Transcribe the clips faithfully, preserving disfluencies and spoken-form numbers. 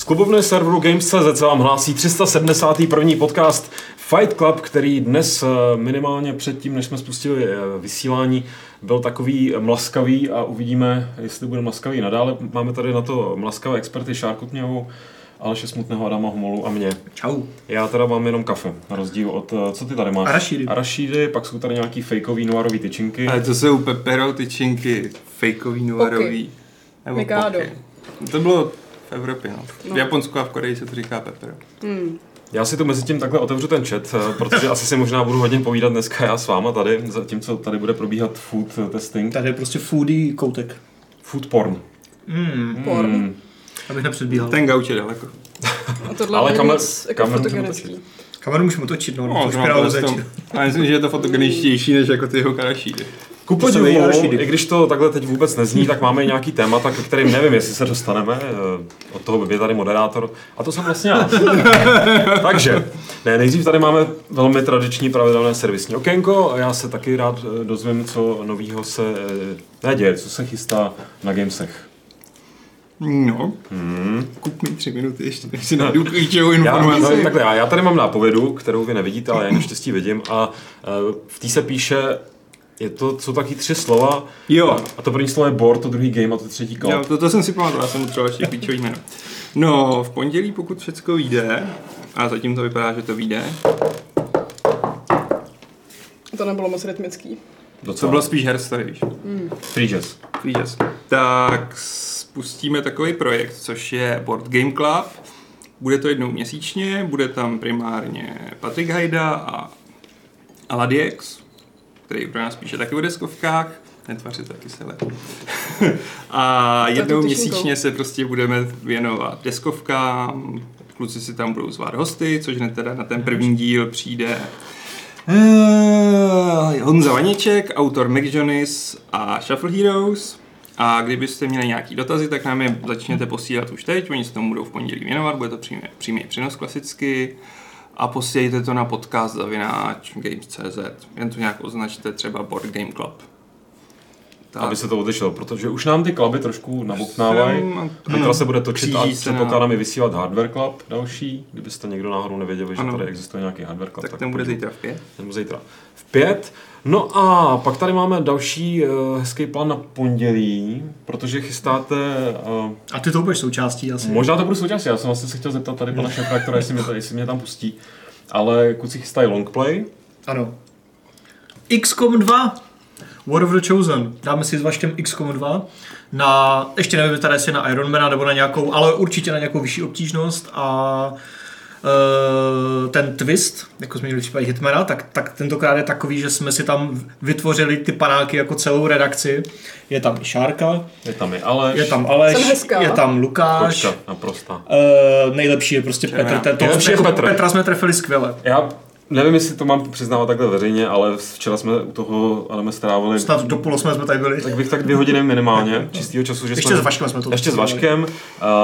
klubovny serveru Games tečka cé zet se vám hlásí tři sta sedmdesátý první podcast Fight Club, který dnes minimálně předtím, než jsme spustili vysílání, byl takový mlaskavý a uvidíme, jestli bude mlaskavý nadále. Máme tady na to mlaskavé experty Šárkotňovou, Aleše Smutného, Adama Homolu a mě. Čau. Já teda mám jenom kafe, na rozdíl od, co ty tady máš? Arašídy. Arašídy, pak jsou tady nějaký fejkový noirový tyčinky. Ale to jsou pepero tyčinky, fejkový noirový. Nebo Mikado. poky. To bylo v Evropě, no. No. V Japonsku a v Koreji se to říká pepero. Hmm. Já si tu mezi tím takhle otevřu ten chat, protože asi si možná budu hodně povídat dneska já s váma tady, zatímco tady bude probíhat food testing. Tady je prostě foodie koutek. Food porn. Mm. Porn. Mm. Abych nepředbíhal. Ten gauč je daleko. A tohle Ale ale kamer- moc jako kameru fotogenický. Kameru můžeme točit, no, No, no to špinavou zeď. A myslím, že je to fotogeničtější než jako ty jeho karašídy. Ku To jsou podivu, arašídy. i když to takhle teď vůbec nezní, tak máme i nějaký témata, ke kterým nevím, jestli se dostaneme. Od toho je tady moderátor. A to jsem vlastně já. Takže, ne, nejdřív tady máme velmi tradiční pravidelné servisní okénko a já se taky rád dozvím, co novýho se neděje, co se chystá na Gamesech. No, Hmm. kup mi tři minuty ještě, než si najdu klíčovou Já, informaci. no, takhle, já, já tady mám nápovědu, kterou vy nevidíte, ale já naštěstí vidím a uh, v té se píše, je to, jsou taky tři slova. Jo. A to první slovo je board, to druhý game a to třetí club. Jo, to, to jsem si pamatoval, já jsem třeba ještě klíčový jméno. No, v pondělí, pokud všecko vyjde, a zatím to vypadá, že to vyjde, To nebylo moc rytmický. to bylo spíš herstory, víš. Free jazz. Free jazz. Tak spustíme takový projekt, což je Board Game Club. Bude to jednou měsíčně, bude tam primárně Patrik Hajda a Aladiex, který pro nás píše taky o deskovkách. Netvaři taky se le. A jednou tyčinkou. měsíčně se prostě budeme věnovat deskovkám. Kluci si tam budou zvát hosty, což hned teda na ten první díl přijde uh, Honza Vaněček, autor McJonis a Shuffle Heroes. A kdybyste měli nějaký dotazy, tak nám je začněte posílat už teď. Oni se tomu budou v pondělí věnovat, bude to přímý, přímý přenos klasicky. A posílejte to na podcast zavináč games tečka cé zet. Jen to nějak označte třeba Board Game Club. Tak. Aby se to odlišilo, protože už nám ty kluby trošku naboknávají. Jsem- Zítra ano, se bude točit a kříží se na- předpokládám i vysílat Hardware Club další, kdybyste někdo náhodou nevěděli, že Ano. tady existuje nějaký Hardware Club. Tak ten bude zítra v pět. Ten bude zítra v pět. No a pak tady máme další uh, hezký plán na pondělí, protože chystáte... Uh, A ty to budeš součástí asi. možná to bude součástí, já jsem vlastně se chtěl zeptat tady pana šéfredaktora, jestli mě, to, jestli mě tam pustí. Ale kluci chystají longplay. Ano. X COM dva. War of the Chosen. Dáme si s Vaškem X COM dva na, ještě nevím, teda jestli na Ironmana nebo na nějakou, ale určitě na nějakou vyšší obtížnost a uh, ten twist, jako jsme měli v případě Hitmana, tak, tak tentokrát je takový, že jsme si tam vytvořili ty panáky jako celou redakci. Je tam i Šárka, Je tam i Aleš. je tam Aleš, Jsem hezká. je tam Lukáš. Kočka, naprostá. Uh, nejlepší je prostě Černá. Petr. Ten, to, Nejlepší je jako Petr. Petra jsme trefili skvěle. Já nevím, jestli to mám přiznávat takhle veřejně, ale včera jsme u toho ale strávili... Snad do půl osmé jsme tady byli. Tak bych tak dvě hodiny minimálně čistého času, že Ještě jsme... s Vaškem jsme to Ještě s dělali. Vaškem uh,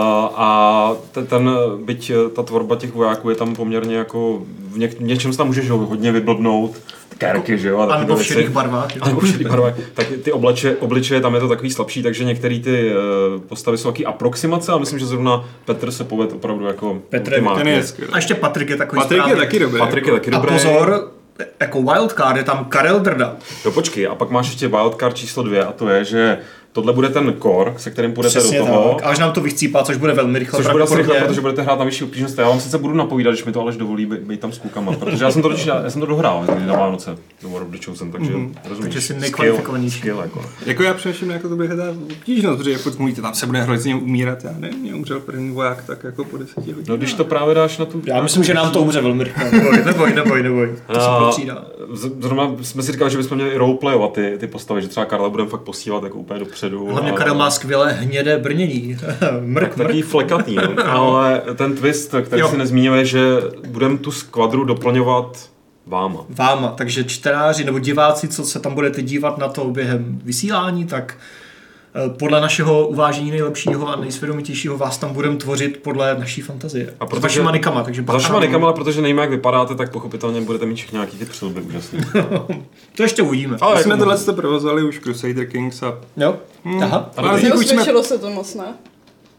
a ten, ten, byť ta tvorba těch vojáků je tam poměrně jako, v něk, něčem se tam můžeš hodně vyblbnout, kérky, že jo? A A nebo v věci. šedých barvách. A nebo v šedých barvách. Tak ty obleče, obličeje, tam je to takový slabší, takže některé ty uh, postavy jsou taky aproximace a myslím, že zrovna Petr se poved opravdu jako Petr, optimálně. Ten je skvělý. A ještě Patrik je takový Patrik je správný. taky dobrý. Patrik je taky A dobrý. pozor, jako wildcard je tam Karel Drda. Jo, počkej, a pak máš ještě wildcard číslo dvě a to je, že tohle bude ten core, se kterým půjdete Přesně do toho. tak. Až nám to vychcípá, což bude velmi rychle. Což bude asi rychle, pravděpodobně. protože budete hrát na vyšší obtížnost. Já vám sice budu napovídat, když mi to Aleš dovolí, být, být tam s klukama, protože já jsem to totiž, já jsem to dohrál někdy na Vánoce, do War of the Chosen, takže mm-hmm. rozumíš. Takže jsi Skill, nejkvalifikovanější. skill, jako. Jako já přemýšlím, jako to bude ta obtížnost, protože pokud mluvíte, tam se bude hrozně umírat, já nevím, mě umřel první voják tak jako po deseti hodinách. No když to právě dáš na tu... Já myslím, že nám to umře velmi rychle. Neboj, neboj, neboj, neboj. To se A prostřídá. z- zrovna jsme si říkali, že bychom měli roleplayovat ty, ty postavy, že třeba Karla budeme fakt posílat jako úplně dopředu. Hlavně a- Karel má skvělé hnědé brnění. Mrk, Takový mrk. flekatý, no. Ale ten twist, který Jo. si nezmínil, je, že budeme tu skvadru doplňovat váma. Váma, takže čtenáři nebo diváci, co se tam budete dívat na to během vysílání, tak eh, podle našeho uvážení nejlepšího a nejsvědomitějšího vás tam budeme tvořit podle naší fantazie. A S protože- vašima nikama, takže S bacha vašima na to. nikama, ale protože nevíme, jak vypadáte, tak pochopitelně budete mít všichni nějaký ty přilby úžasný. To ještě uvidíme. Ale My jsme jako- tohle provozovali už Crusader Kings a Jo? Hmm. Aha. Ale vznikl jsme, Neosvědčilo se to moc, ne?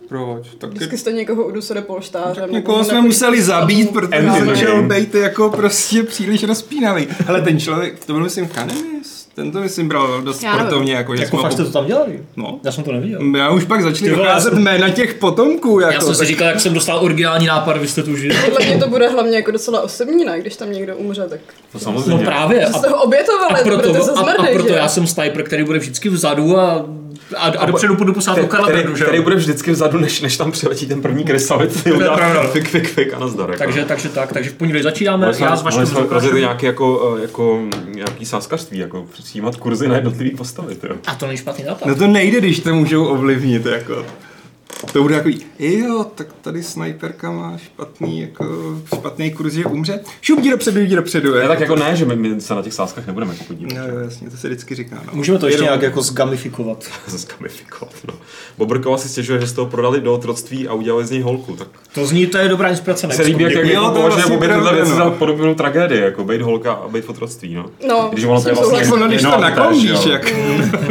Proč? Tak Vždycky jste někoho udusili polštářem. tak někoho jsme museli zabít, protože začal být jako prostě příliš rozpínavý. Hele, ten člověk, to byl myslím Kanemis, ten to myslím bral dost Já nevím. sportovně. Jako, že Jako jsme fakt jste to tam dělali? No. Já jsem to neviděl. Já už pak začali Ty vole, docházet já jsem- jména těch potomků. Jako, Já jsem si tak- říkal, jak jsem dostal originální nápad, vy jste tu žili. Podle mě to bude hlavně jako docela osobní, ne? Když tam někdo umře, tak... To No samozřejmě. právě. Že jste ho obětovali, a proto, budete se a, a zmrdej, proto že? já jsem sniper, který bude vždycky vzadu a, a, a dopředu půjdu posát do který, Kalabedu, že který jo? bude vždycky vzadu, než, než tam přiletí ten první krysalit, ty udělá pravda. fik, fik, fik a nazdar. Jako. Takže, takže tak, takže v pondělí začínáme, Mohli jsme- já s vaším mohli jsme rozjet zvukařem. nějaký jako, jako, nějaký sáskařství, jako přijímat kurzy na jednotlivý postavy, jo. A to není špatný nápad. No to nejde, když to můžou ovlivnit, jako. To bude takový, jo, tak tady snajperka má špatný, jako, špatný kurz, že umře. Šup, jdi dopředu, jdi dopředu. Ne, tak jako ne, že my, my se na těch sáskách nebudeme jako podívat. No, jasně, to se vždycky říká. No. Můžeme to ještě Jenom- nějak jako zgamifikovat. Zeskamifikovat, no. Bobrkova si stěžuje, že z toho prodali do otroctví a udělali z něj holku, tak To zní, to je dobrá inspirace. na se líbí, jak, jak Jo, jako to je považuje vlastně obě tyhle pravda, věci no. za podobnou tragédii, jako být holka a být v otroctví, no. No, Když ono to je s tím vlastně souhlasím. Ono, když to no, tež, nakloníš, jo. jak...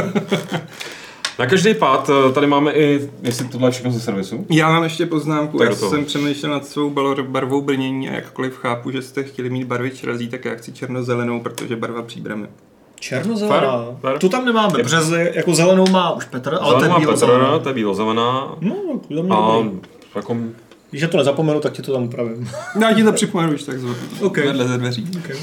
Na každý pád tady máme i, jestli tohle je všechno ze servisu. Já mám ještě poznámku, Tak já do toho. jsem přemýšlel nad svou balor- barvou brnění a jakkoliv chápu, že jste chtěli mít barvy črazí, tak já chci černozelenou, protože barva příbramy. Černozelená. Fair, fair. Tu tam nemáme, protože ze- jako zelenou má už Petr, ale to Zelenou je má bílá Petr, zelená. to je bílozelená. No, to je A dobrý. jako, Když já to nezapomenu, tak ti to tam upravím. No, já ti to připomenu, už tak zve- Ok. vedle ze dveří. Okay.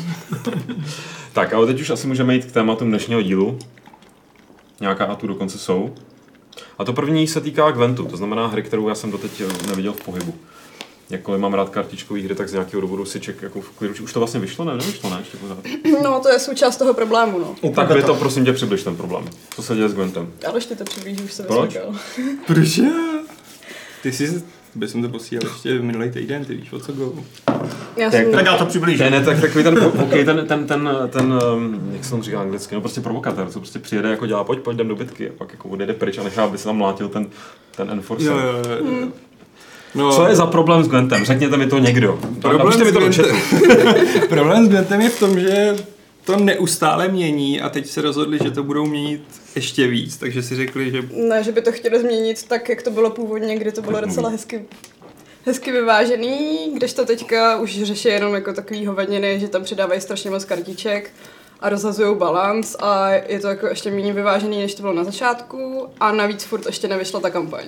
tak, ale teď už asi můžeme jít k tématu dnešního dílu. Nějaká a tu dokonce jsou. A to první se týká Gwentu, to znamená hry, kterou já jsem doteď neviděl v pohybu. Jakkoliv mám rád kartičkový hry, tak z nějakého důvodu si ček, jako v klidu, už to vlastně vyšlo, ne? Nevyšlo, ne? Ještě pořád. No, to je součást toho problému, no. Tak mi to prosím tě přibliž ten problém. Co se děje s Gwentem? Ale ještě to přiblíží, už se Proč? vysvětlil. Proč já? Ty jsi, by jsem to posílal ještě minulý týden, ty víš o co go. Já Tak- jsem... Tak já to přiblížím. Ne, ne, tak takový ten, okay, ten, ten, ten, ten, um, jak se tomu říká anglicky, no prostě provokatér, co prostě přijede jako dělá, pojď, pojď, jdem do bitky a pak jako odjede pryč a nechá, aby se tam mlátil ten, ten enforcer. Jo, jo, jo. jo. No, Co je za problém s Gwentem? Řekněte mi to někdo. Problém Napište mi s to do Gwentem- chatu. problém s Gwentem je v tom, že to neustále mění a teď se rozhodli, že to budou měnit ještě víc, takže si řekli, že Ne, že by to chtěli změnit tak, jak to bylo původně, kdy to bylo docela hezky, hezky vyvážený, kdežto teďka už řeší jenom jako takový hovadiny, že tam přidávají strašně moc kartiček a rozhazují balans a je to jako ještě méně vyvážený, než to bylo na začátku a navíc furt ještě nevyšla ta kampaň.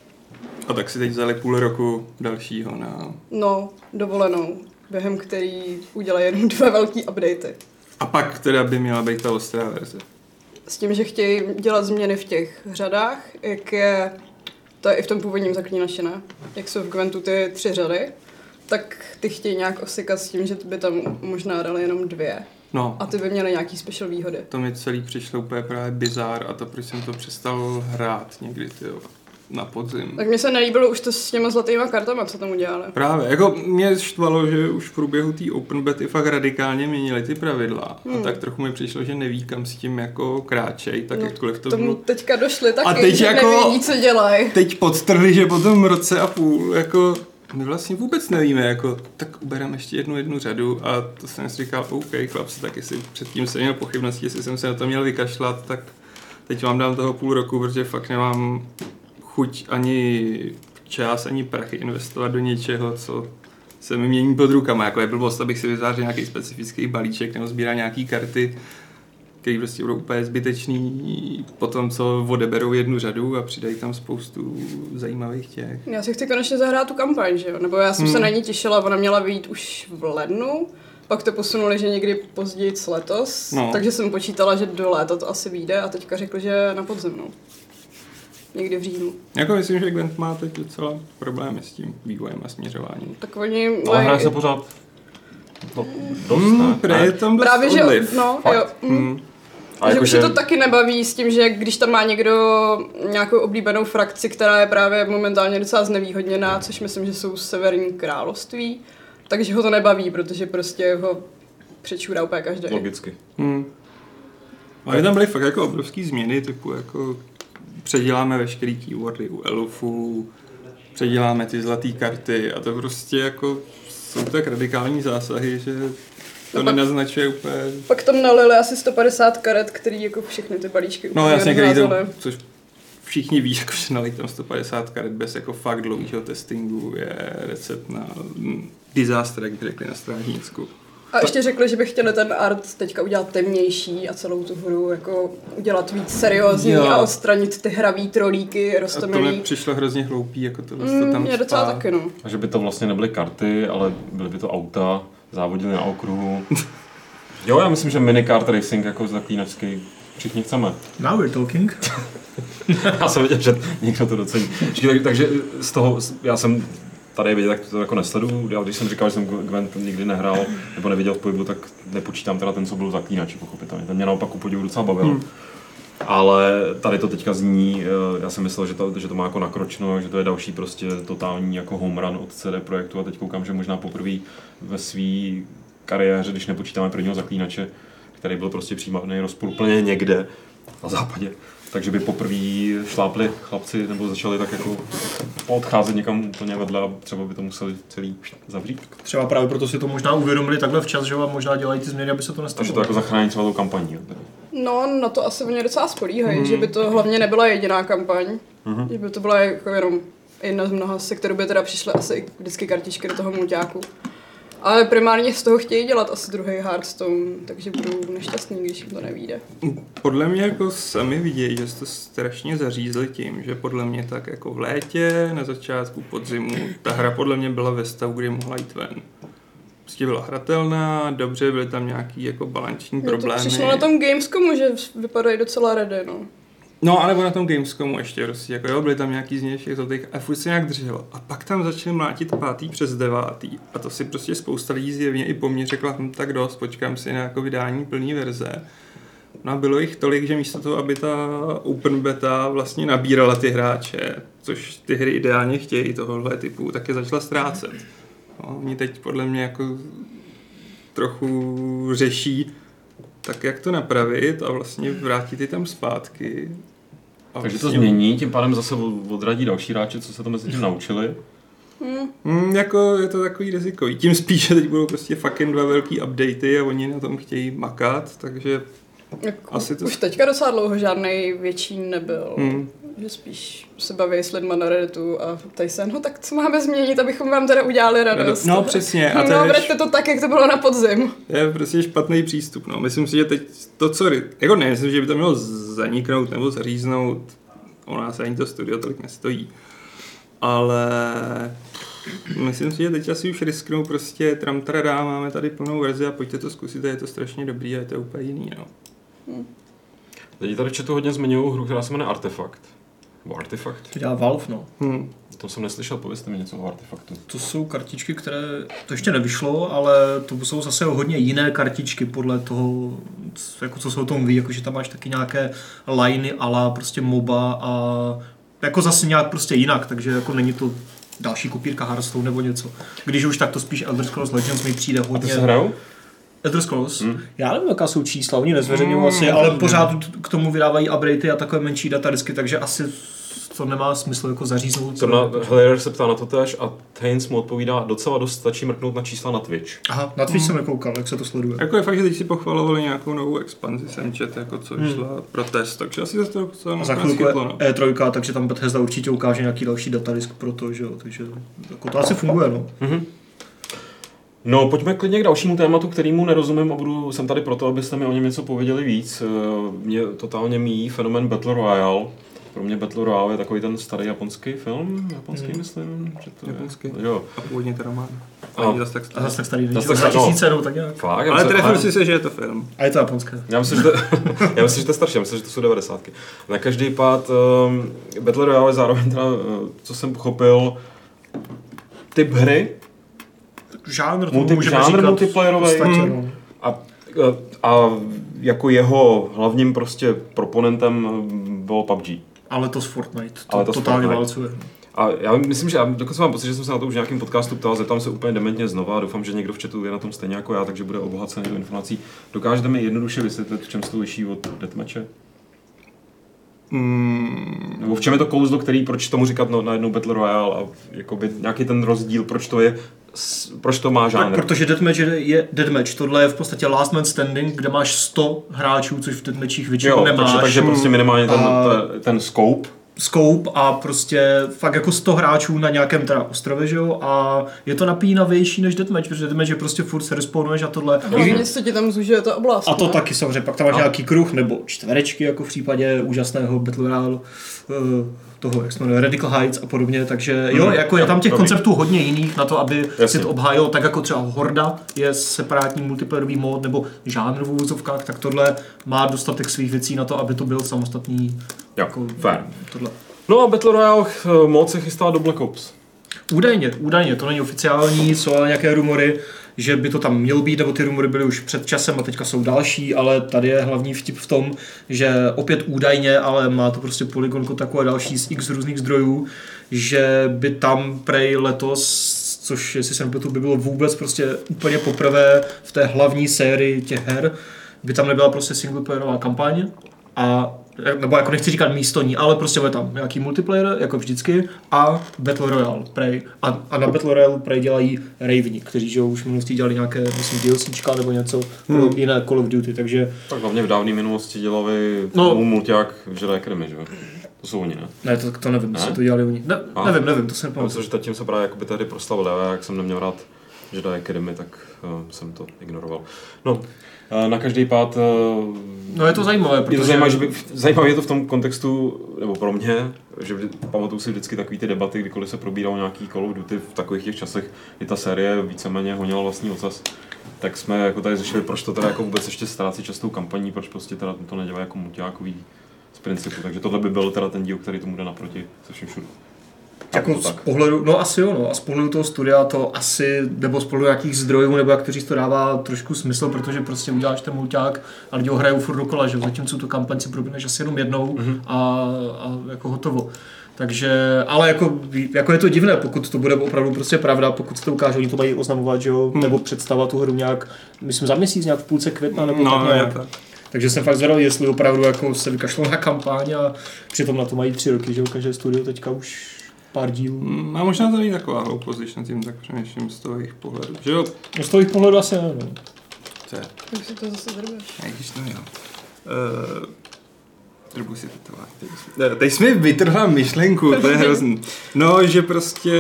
a tak si teď vzali půl roku dalšího na... No, dovolenou, během který udělají jenom dva velký updaty. A pak teda by měla být ta ostrá verze. S tím, že chtějí dělat změny v těch řadách, jak je, to je i v tom původním zaklínači, ne? Jak jsou v Gwentu ty tři řady, tak ty chtějí nějak osykat s tím, že by tam možná dali jenom dvě. No, A ty by měly nějaký special výhody. to mi celý přišlo úplně právě bizár a to proč jsem to přestal hrát někdy, tyjo, na podzim. Tak mně se nelíbilo už to s těma zlatýma kartama, co tam udělali. Právě, jako mě štvalo, že už v průběhu té open bety fakt radikálně měnili ty pravidla Hmm. a tak trochu mi přišlo, že neví, kam s tím jako kráčej, tak No, jakkoliv to Tomu bylo... teďka došli taky, A teď že jako- nevědí, co dělají. Teď podtrhli, že po tom roce a půl, jako my vlastně vůbec nevíme, jako tak ubereme ještě jednu jednu řadu a to jsem si říkal, OK, chlapci, tak jestli předtím jsem měl pochybnosti, jestli jsem se na to měl vykašlat, tak teď vám dám toho půl roku, protože fakt nemám chuť ani čas, ani prachy investovat do něčeho, co se mi mění pod rukama, jako je blbost, abych si vytvářel nějaký specifický balíček nebo sbíral nějaký karty, který prostě budou úplně zbytečný po tom, co odeberou jednu řadu a přidají tam spoustu zajímavých těch. Já si chci konečně zahrát tu kampaň, že jo? Nebo já jsem Hmm. se na ní těšila, ona měla vyjít už v lednu, pak to posunuli, že někdy později letos, No. takže jsem počítala, že do léta to asi vyjde a teďka řekli, že na podzim, no. Někdy v říjnu. Jako myslím, že Gwent má teď docela problémy s tím vývojem a směřováním. Tak oni Ale mají- hraje se pořád no, dost, Hmm, ne? je tam dost Právě, že odliv. no, Fakt? jo. Mm. Hmm. A že jako, už se to taky nebaví s tím, že když tam má někdo nějakou oblíbenou frakci, která je právě momentálně docela znevýhodněná, což myslím, že jsou Severní království, takže ho to nebaví, protože prostě ho přečůrá úplně každý. logicky. Hmm. Ale tam byly fakt jako obrovský změny, typu jako předěláme veškerý keywordy u elfů, předěláme ty zlatý karty a to prostě jako jsou tak radikální zásahy, že to No pak- nenaznačuje úplně... Pak tam nalili asi sto padesát karet, který jako všechny ty balíčky No úplně jasně, který to, rozházely. což všichni ví, jako, že nalít tam sto padesát karet bez jako fakt dlouhého testingu je recept na disaster, jak řekli na strážnicku. A ještě řekli, že by chtěli ten art teďka udělat temnější a celou tu hru jako udělat víc seriózní Jo. a odstranit ty hravý trolíky, A to roztomilý. mi přišlo hrozně hloupý, jako tohle Mm, to tam mě docela spá. taky, no. A že by to vlastně nebyly karty, ale byly by to auta, závodily na okruhu. Jo, já myslím, že minikart racing jako zaklínačský všichni chceme. Now we're talking. Já jsem viděl, že někdo to docení. Tak, takže z toho, já jsem tady vidět, tak to jako nesleduju. Já když jsem říkal, že jsem Gwent nikdy nehrál nebo neviděl v pohybu, tak nepočítám teda ten, co byl zaklínač, pochopitelně. Ten mě naopak ku podivu docela bavil. Hmm. Ale tady to teďka zní, já jsem myslel, že to, že to má jako nakročeno, že to je další prostě totální jako home run od C D Projektu a teď koukám, že možná poprvé ve své kariéře, když nepočítáme prvního zaklínače, který byl prostě přímý rozpor úplně někde na západě, takže by poprvé šlápli chlapci nebo začali tak jako odcházet někam úplně vedle a třeba by to museli celý zavřít. Třeba právě proto si to možná uvědomili takhle včas, že vám možná dělají ty změny, aby se to nestalo. Takže to jako zachrání třeba tou kampaní. Jo? No, na to asi oni docela spolíhají, mm. že by to hlavně nebyla jediná kampaň, mm. že by to byla jako jenom jedna z mnoha, se kterou by teda přišly asi vždycky kartičky do toho mulťáku. Ale primárně z toho chtějí dělat asi druhý Hearthstone, takže budou nešťastní, když jim to nevyjde. Podle mě jako sami vidějí, že jste to strašně zařízli tím, že podle mě tak jako v létě, na začátku podzimu, ta hra podle mě byla ve stavu, kdy mohla jít ven. Prostě byla hratelná, dobře, byly tam nějaký jako balanční problémy. To přišlo na tom Gamescomu, že vypadají docela ready, no. No, ale na tom Gamescomu ještě prostě, jako jo, byly tam nějaký z nějších exotik a furt se nějak drželo. A pak tam začali mlátit pátý přes devátý. A to si prostě spousta lidí zjevně i po mně řekla, hm, tak dost, počkám si na jako vydání plný verze. No a bylo jich tolik, že místo toho, aby ta open beta vlastně nabírala ty hráče, což ty hry ideálně chtějí tohohle typu, tak je začala ztrácet. No, oni teď podle mě jako trochu řeší, tak jak to napravit a vlastně vrátit je tam zpátky. A Takže vlastně... to změní, tím pádem zase odradí další hráče, co se to mezi tím naučili. Hmm. Hmm, jako je to takový rizikový. Tím spíše teď budou prostě fucking dva velký updaty a oni na tom chtějí makat, takže jako, asi to... Už teďka docela dlouho žádnej větší nebyl. Hmm. Že spíš se baví s lidma na Redditu a ptají se, no tak co máme změnit, abychom vám teda udělali radost. No přesně. A to no je, vraťte to tak, jak to bylo na podzim. je prostě špatný přístup. No. Myslím si, že teď to, co... Jako ne, myslím, že by to mělo zaniknout nebo zaříznout. U nás ani to studio tolik nestojí. Ale myslím si, že teď asi už risknou prostě tramtradá, máme tady plnou verzi a pojďte to zkusit, je to strašně dobrý a je to úplně jiný. No. Hmm. Lidi tady v chatu hodně zmiňují hru, která se jmenuje Artefakt. Nebo Artefakt. To dělá Valve, no. Hmm. To jsem neslyšel, povězte mi něco o Artefaktu. To jsou kartičky, které, to ještě nevyšlo, ale to jsou zase hodně jiné kartičky podle toho, jako co se o tom ví, jakože tam máš taky nějaké liney ala prostě MOBA a jako zase nějak prostě jinak, takže jako není to další kopírka Hearthstone nebo něco. Když už tak to spíš Elder Scrolls Legends mi přijde hodně. A ty se hrajou? Elder Scrolls? Hmm. Já nevím, jaká jsou čísla, oni nezveřejňují Hmm, asi, nevím. ale pořád k tomu vydávají updatey a takové menší datadisky, takže asi to nemá smysl jako zaříznout. To na, Helier se ptá na to též a Tains mu odpovídá, docela dost stačí mrknout na čísla na Twitch. Aha, na Twitch hmm. jsem nekoukal, jak se to sleduje. Jako je fakt, že teď si pochvalovali nějakou novou expanzi, jsem čet, jako co Hmm. šla pro test, takže asi zase to docela A za nakonec chvilku chytlo, no. je E tři, takže tam Bethesda určitě ukáže nějaký další datadisk pro to, že jo, takže jako to asi funguje, no. Mm-hmm. No, pojďme klidně k dalšímu tématu, kterýmu nerozumím a budu, jsem tady proto, abyste mi o něm něco pověděli víc. Mě totálně míjí fenomén Battle Royale. Pro mě Battle Royale je takový ten starý japonský film, japonský hmm. myslím, že to Japonský. je. Jo. A původně teda má. A- A zase tak A zase tak starý, Zase není tak- dva tisíce, no, tak nějak. Fakt, já ale myslím- trefil si se, že je to film. A je to japonské. Já myslím, že to, já myslím, že to je starší, já myslím, že to jsou devadesátky. Na každý pád um, Battle Royale je zároveň teda, uh, co jsem pochopil, typ hry Žánr tomu Multi- můžeme žánr říkat multiplayerový. v podstatě, Hmm. no. a, a jako jeho hlavním prostě proponentem bylo P U B G. Ale to z Fortnite, to, Ale to z totálně Fortnite. válcuje. A já myslím, že já dokonce mám pocit, že jsem se na to už v nějakém podcastu ptal, zeptám se úplně dementně znova a doufám, že někdo v chatu je na tom stejně jako já, takže bude obohacený do informací. Dokážete mi jednoduše vysvětlit, v čem se to liší od deathmatche? Mm, Nebo v čem je to kouzlo, který, proč tomu říkat no, najednou Battle Royale a jakoby nějaký ten rozdíl, proč to je, s- proč to má žánr? Tak, protože deathmatch je, je deathmatch, tohle je v podstatě last man standing, kde máš sto hráčů, což v deathmatchích většinou Jo, nemáš. takže, takže prostě minimálně ten, A- ten, ten scope scope a prostě fakt jako sto hráčů na nějakém teda ostrově, že jo, a je to napínavější než Deathmatch, protože Deathmatch je prostě furt se respawnuješ a tohle. A hlavně se ti tam zužuje ta oblast. A to ne? taky samozřejmě, pak tam máš a. nějaký kruh nebo čtverečky, jako v případě úžasného Battle Royale, toho, jak se jmenuje, Radical Heights a podobně, takže jo, Hmm, jako je tam těch dobrý. konceptů hodně jiných na to, aby Jasně. si to obhájil, tak jako třeba Horda je separátní multiplayerový mod nebo žánr v úvozovkách, tak tohle má dostatek svých věcí na to, aby to byl samostatný Jo, jako, fair. tohle. No a Battle Royale mod se chystá do Black Ops. Údajně, údajně, to není oficiální, jsou ale nějaké rumory, že by to tam mělo být, nebo ty rumory byly už před časem a teďka jsou další, ale tady je hlavní vtip v tom, že opět údajně, ale má to prostě Polygon Kotaku a další z x různých zdrojů, že by tam prej letos, což jestli se nepletu, by bylo vůbec prostě úplně poprvé v té hlavní sérii těch her, by tam nebyla prostě singleplayerová kampaň a nebo jako nechci říkat místo ní, ale prostě bude tam nějaký multiplayer, jako vždycky, a Battle Royale, prej. A, a na Battle Royale prej dělají Raveni, kteří že už v minulosti dělali nějaké, myslím, DLCčka nebo něco hmm. pro jiné Call of Duty, takže... Tak hlavně v dávné minulosti dělali No. mulťák v Jedi Academy, že jo? To jsou oni, ne? Ne, to, to nevím, Ne? jestli to dělali oni. Ne, A? nevím, nevím, to se nepamatuji. Protože tím se právě jakoby tehdy proslavili, a jak jsem neměl rád Jedi Academy, tak uh, jsem to ignoroval. No, uh, na každý pád... Uh, No je to zajímavé, protože... Je to zajímavé, že by, zajímavé je to v tom kontextu, nebo pro mě, že vždy, pamatuju si vždycky takový ty debaty, kdykoliv se probíralo nějaký Call of Duty v takových těch časech, kdy ta série víceméně honila vlastní ocas, tak jsme jako tady řešili, proč to teda jako vůbec ještě ztrácí častou kampaní, proč prostě teda to nedělá jako mulťákový z principu, takže tohle by byl teda ten díl, který tomu jde naproti se všem všude. Jako z pohledu, no asi jo, no, a z pohledu toho studia to asi, nebo z pohledu nějakých zdrojů, nebo jak kteří to dává trošku smysl, protože prostě uděláš ten mulťák a lidi ho hrajou furt dokola, že zatímco tu kampaň si proběhneš asi jenom jednou mm-hmm. a, a jako hotovo. Takže, ale jako, jako je to divné, pokud to bude opravdu prostě pravda, pokud se to ukáže, oni to mají oznamovat, že jo, hmm. nebo představovat tu hru nějak, myslím za měsíc, nějak v půlce května, nebo no, tak nějak. tak. Takže jsem fakt zvědavý, jestli opravdu jako se vykašlou na kampaň a přitom na to mají tři roky, že jo, každé studio teďka už pár dílů. Mm, a možná to není taková hloupost, když nad tím tak přemýšlím z toho jejich pohledu, že jo? No z toho jejich pohledu asi ne, no. Co je? Tak si to zase drbeš. Jak když to jo. Uh, drbu si to teď, teď jsi mi vytrhla myšlenku, to je hrozný. No, že prostě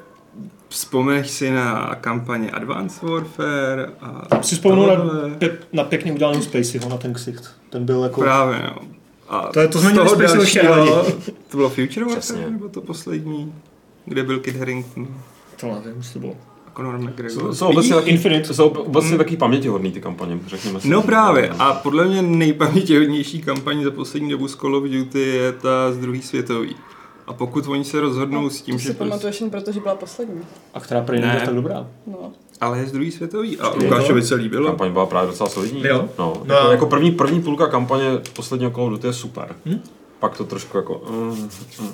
vzpomeneš si na kampaně Advanced Warfare a... Si vzpomenu na, tohle. pe, na pěkně udělanou Spaceyho, na ten ksicht. Ten byl jako... Právě, no. A To je- to jsme z měli toho Spaceyho ještě dalšího- rádi. To bylo Future Přesně. Warfare, nebo to poslední? Kde byl Kit Harington? To nevím, co to bylo. A Conor McGregor? Jsou, jsou obecně taky, Infinite. jsou obecně taky pamětihodný ty kampaně, řekněme si. No právě. A podle mě nejpamětihodnější kampaň za poslední dobu z Call of Duty je ta z druhé světové. A pokud oni se rozhodnou s tím, To že... si pamatuješ jen proto, že byla poslední. A která prý Ne. nebyla tak dobrá. No. Ale je z druhé světové. A Je Lukášovi to? se líbilo. Kampaň byla právě docela solidní. Jo. No, No jako, a- jako první, první půlka kampaně posledního Call of Duty je super. Hm? Pak to trošku jako... Mm, mm.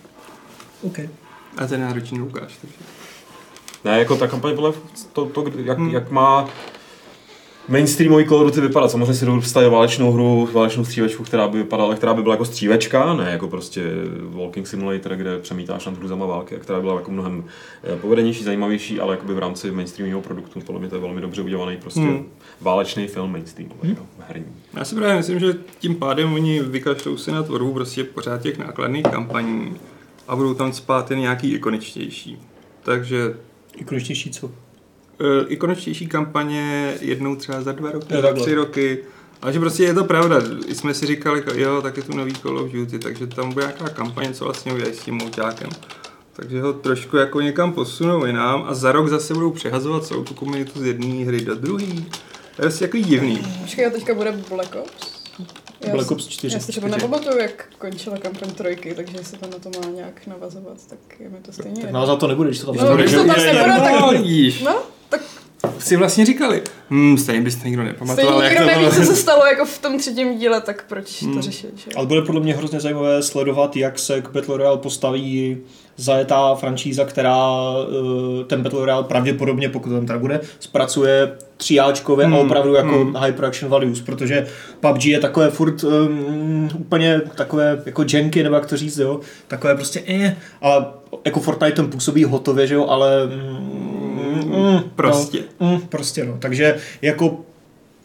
OK. A ten náročný Lukáš. Takže. Ne, jako ta kampaň podle to, to jak, Hmm. jak má mainstreamový Call of Duty vypadat. Samozřejmě si dovedu představit válečnou hru, válečnou střílečku, která by vypadala, která by byla jako střílečka, ne jako prostě Walking Simulator, kde přemítáš nad hrůzama války, a která byla jako mnohem eh, povedenější, zajímavější, ale jakoby v rámci mainstreamového produktu. Podle mě to je velmi dobře udělaný prostě Hmm. válečný film mainstreamový, Hmm. jo, herní. Já si právě myslím, že tím pádem oni vykašlou si na tvorbu prostě pořád těch nákladných kampaní a budou tam spát jen nějaký ikoničtější. Takže Ikoničtější co? e, ikoničtější kampaně jednou třeba za dva roky, Jo, za takhle. tři roky. A že prostě je to pravda. I jsme si říkali, jo, tak je tu nový Call of Duty, takže tam bude nějaká kampaně, co vlastně udělají s tím mulťákem. Takže ho trošku jako někam posunou jinam a za rok zase budou přehazovat celou tu komunitu z jedné hry do druhé. To je prostě jako divný. Počkej, a teďka bude Black Ops? Já Black si- Ops čtyři. Já si třeba nepamatuju, jak končila kampaň trojky, takže jestli to na to má nějak navazovat, tak je mi to stejně Tak jedno. názad to nebude, když to tam No, nebude. když to tam nebude, tak... No, vidíš. No, tak Si vlastně říkali, hm, stejně byste nikdo nepamatoval, stejně nikdo jak to neví, co bylo. se stalo jako v tom třetím díle, tak proč Hmm. to řešit, že? Ale bude podle mě hrozně zajímavé sledovat, jak se k Battle Royale postaví zajetá franšíza, která eh, ten Battle Royale pravděpodobně, pokud tam teda bude, zpracuje tříáčkově Hmm. a opravdu jako Hmm. high production values, protože P U B G je takové furt um, úplně takové jako janky, nebo jak to říct, jo, takové prostě eh, a jako Fortnite tam působí hotově, že jo, ale mm, mm, Prostě. No, mm, prostě no, takže jako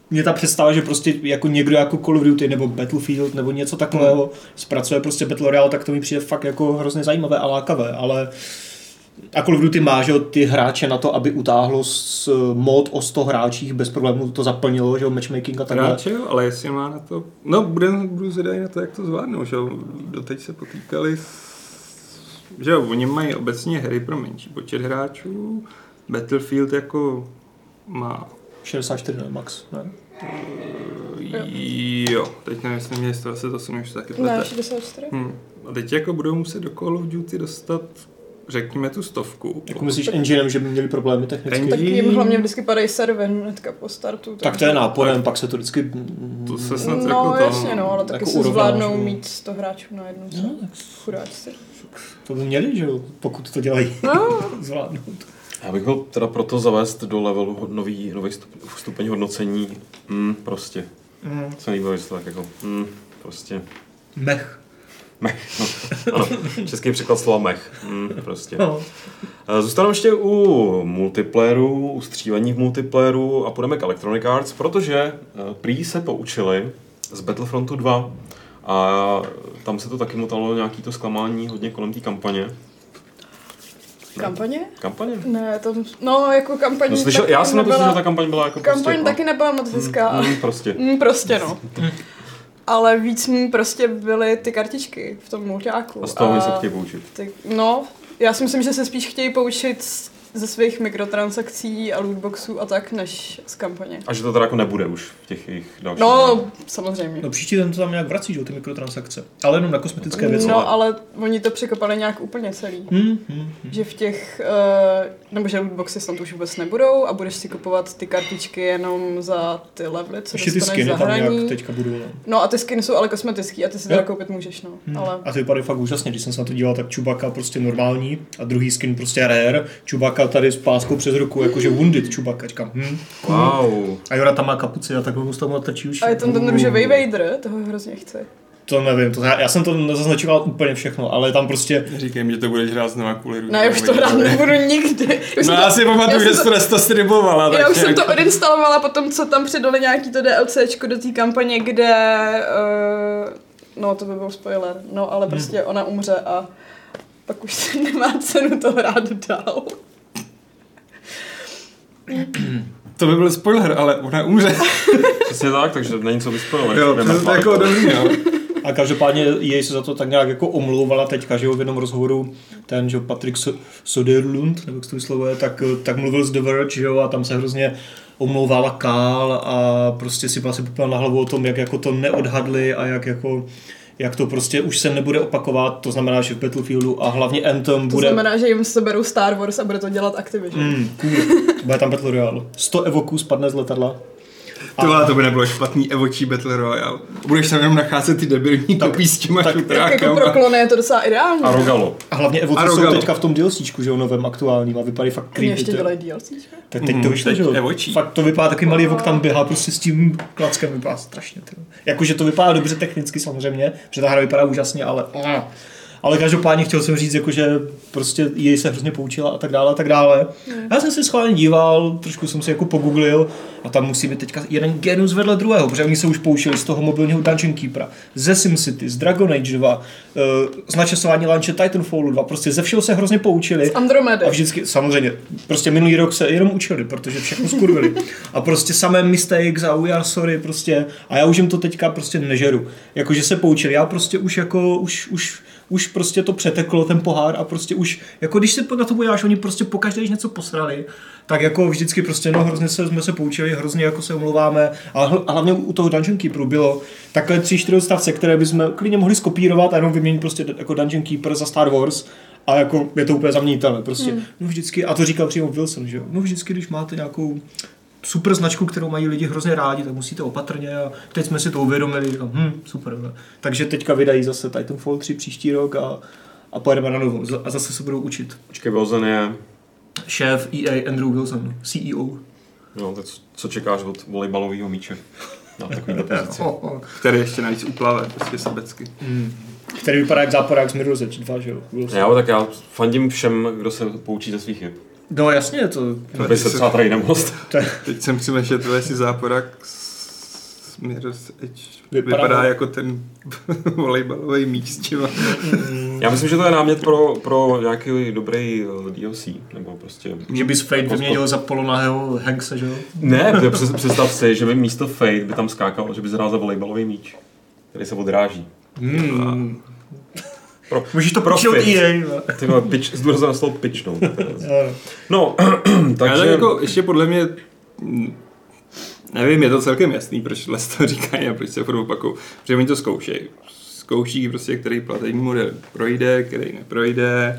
mě ta představa, že prostě jako někdo jako Call of Duty nebo Battlefield nebo něco takového hmm. zpracuje prostě Battle Royale, tak to mi přijde fakt jako hrozně zajímavé a lákavé, ale a Call of Duty má, že ty hráče na to, aby utáhlo z mod o sto hráčích, bez problémů to zaplnilo, že matchmaking a tak dále. Hráče, jo, ale jestli má na to, no budem, budu zvědavý na to, jak to zvládnou, že jo, doteď se potýkali, že jo, oni mají obecně hry pro menší počet hráčů, Battlefield jako má šedesát čtyři ne, max, ne? Jo, teď nevím, jestli měli sto dvacet osm, už taky plete. Ne, šedesát čtyři. Hmm. A teď jako budou muset do Call of Duty dostat, řekněme, tu stovku. Jako myslíš enginem, že by měli problémy technicky? Tak jim hlavně vždycky padají server hnedka po startu. Tak, tak to je náporem, pak se to vždycky... To se snad no, jako jasně, to, no, ale taky jako se urovnáš, zvládnou no. mít sto hráčů na jednu. No, chudáčci. To by měli, že jo, pokud to dělají. No. Zvládnout. Já bych byl teda proto zavést do levelu nový, nový stupeň hodnocení. Mm, prostě. Mm. Se líbilo, že to tak jako... Mm, prostě. Mech. Mech, no. Ano, český překlad slova mech. Mm, prostě. No. Zůstaneme ještě u multiplayeru, u střílení v multiplayeru a půjdeme k Electronic Arts, protože prý se poučili z Battlefrontu dva a tam se to taky motalo nějaký to zklamání hodně kolem té kampaně. Kampaně? Kampaně? Ne, to, no jako kampaň no, slyšel, já jsem na to slyšel, že ta kampaň byla jako kampaň prostě... taky nebyla moc hezká. Mm, mm, prostě. Mm, prostě no. Ale víc mi prostě byly ty kartičky v tom mulťáku. A z toho se chtějí poučit. Ty, no, já si myslím, že se spíš chtějí poučit ze svých mikrotransakcí a lootboxů a tak, než z kampaně. A že to teda jako nebude už v těch jejich dalších... No, ne? Samozřejmě. No příští den to tam nějak vrací, že ty mikrotransakce. Ale jenom na kosmetické věci. No, ale oni to překopali nějak úplně celý. Hmm, hmm, hmm. Že v těch, uh, nebo že lootboxy snad už vůbec nebudou a budeš si kupovat ty kartičky jenom za ty levely, co ještě dostaneš ty skiny za hraní. Tam nějak teďka budou. No. no a ty skiny jsou ale kosmetický a ty si teda koupit můžeš, no. Hmm. Ale... A ty vypadají fakt úžasně, když jsem se na to díval, tak Chewbacca prostě normální a druhý skin prostě rare. Chewbacca tady s páskou přes ruku, jakože wounded Chewbacca, říkám. Hm. Wow. A Jora tam má kapuci a takhle mu z toho natrčí už. A je tam ten růžový Vader, toho hrozně chci. To nevím, to, já jsem to nezaznačoval úplně všechno, ale tam prostě... Říkej mi, že to budeš hrát znova kvůli růžový. Ne, už to hrát nebudu nikdy. Už no to, já si pamatuju, že jsi to, to stribovala. Já už jsem to odinstalovala potom, co tam přidali nějaký to DLCčko do té kampaně, kde... Uh, no to by byl spoiler, no ale prostě hmm. ona umře a pak už se nemá cenu to hrát dál. To by byl spoiler, ale ona umře. Přesně tak, takže není co vyspoilovat. Jo, to je jako dobrý, no. A každopádně jej se za to tak nějak jako omlouvala teďka, že jo, v jednom rozhovoru ten, že Patrick Soderlund, nebo jak se to vyslovuje, tak, tak mluvil z The Verge, že jo, a tam se hrozně omlouvala Kál a prostě si vlastně popěl na hlavu o tom, jak jako to neodhadli a jak jako jak to prostě už se nebude opakovat, to znamená, že v Battlefieldu a hlavně Anthem bude... To znamená, že jim seberou Star Wars a bude to dělat Activision. Mm, cool. Bude tam Battle Royale. sto evoků spadne z letadla. Tohle to by nebylo špatný evočí Battle Royale. Budeš tam jenom nacházet ty debilní kopí s těma šutrákama. Tak jako pro klony je to docela ideální. A Rogalo. A hlavně evoci a jsou teďka v tom DLCčku, že jo, novém aktuálním a vypadají fakt creepy. ještě dělají DLCčka? Tak teď to vyšlo, že jo. Fakt to vypadá taky malý evok tam běhá prostě s tím klackem, vypadá strašně. Jakože to vypadá dobře technicky samozřejmě, že ta hra vypadá úžasně, ale... Ale každopádně chtěl jsem říct, jako, že prostě jej se hrozně poučila a tak dále a tak dále. Mm. Já jsem se schválně díval, trošku jsem si jako pogooglil a tam musí být teďka jeden genus vedle druhého, protože oni se už poučili z toho mobilního Dungeon Keepera, ze SimCity, z Dragon Age dva, uh, z načasování launche Titanfallu dva, prostě ze všeho se hrozně poučili. Z Andromedy. A vždycky, samozřejmě, prostě minulý rok se jenom učili, protože všechno skurvili. A prostě samé mistakes a we are sorry prostě a já už jim to teďka prostě nežeru. Jakože se poučili, já prostě už jako, už, už už prostě to přeteklo ten pohár a prostě už, jako když se na to podíváš, oni prostě pokaždé, když něco posrali, tak jako vždycky prostě, no hrozně se, jsme se poučili, hrozně jako se omlouváme a, a hlavně u toho Dungeon Keeperu bylo takhle tři, čtyři odstavce, které bychom klidně mohli skopírovat a jenom vyměnit prostě jako Dungeon Keeper za Star Wars a jako je to úplně zaměnitelné prostě, hmm. no vždycky, a to říkal přímo Wilson, že jo, no vždycky, když máte nějakou super značku, kterou mají lidi hrozně rádi, tak musíte opatrně a teď jsme si to uvědomili, říkám, hm, super. Ne? Takže teďka vydají zase Titanfall tři příští rok a, a pojedeme na novou a zase se budou učit. Počkej, Wilson je... Šéf E A Andrew Wilson, C E O. No, tak co čekáš od volejbalového míče? Na takovýhle pozici. oh, oh. Který ještě navíc uplave, prostě sebecky. Hmm. Který vypadá jak záporák z Mirror's Edge dva, že jo? Já, tak já fandím všem, kdo se poučí ze svých chyb. No jasně, to... To by se třeba tady nemost. Teď jsem přemýšlel, jestli záporák z Mirror's Edge Vypadá, vypadá jako ten volejbalový míč s těma. Já myslím, že to je námět pro, pro nějaký dobrý D L C, nebo prostě... Že bys Fate vyměnil za polonahého Hankse, že jo? Ne, představ si, že by místo Fate by tam skákal, že by zhrál za volejbalový míč, který se odráží. Hmm. Pro, Můžeš to pro pitchnout E A. Ty vole, pitch, zdůrazně na slovo pitchnout. No, takže... Ale jako ještě podle mě, nevím, je to celkem jasný, proč les to říkají a proč se furt opakují. Protože oni to zkoušejí. Zkouší prostě, který platební model projde, který neprojde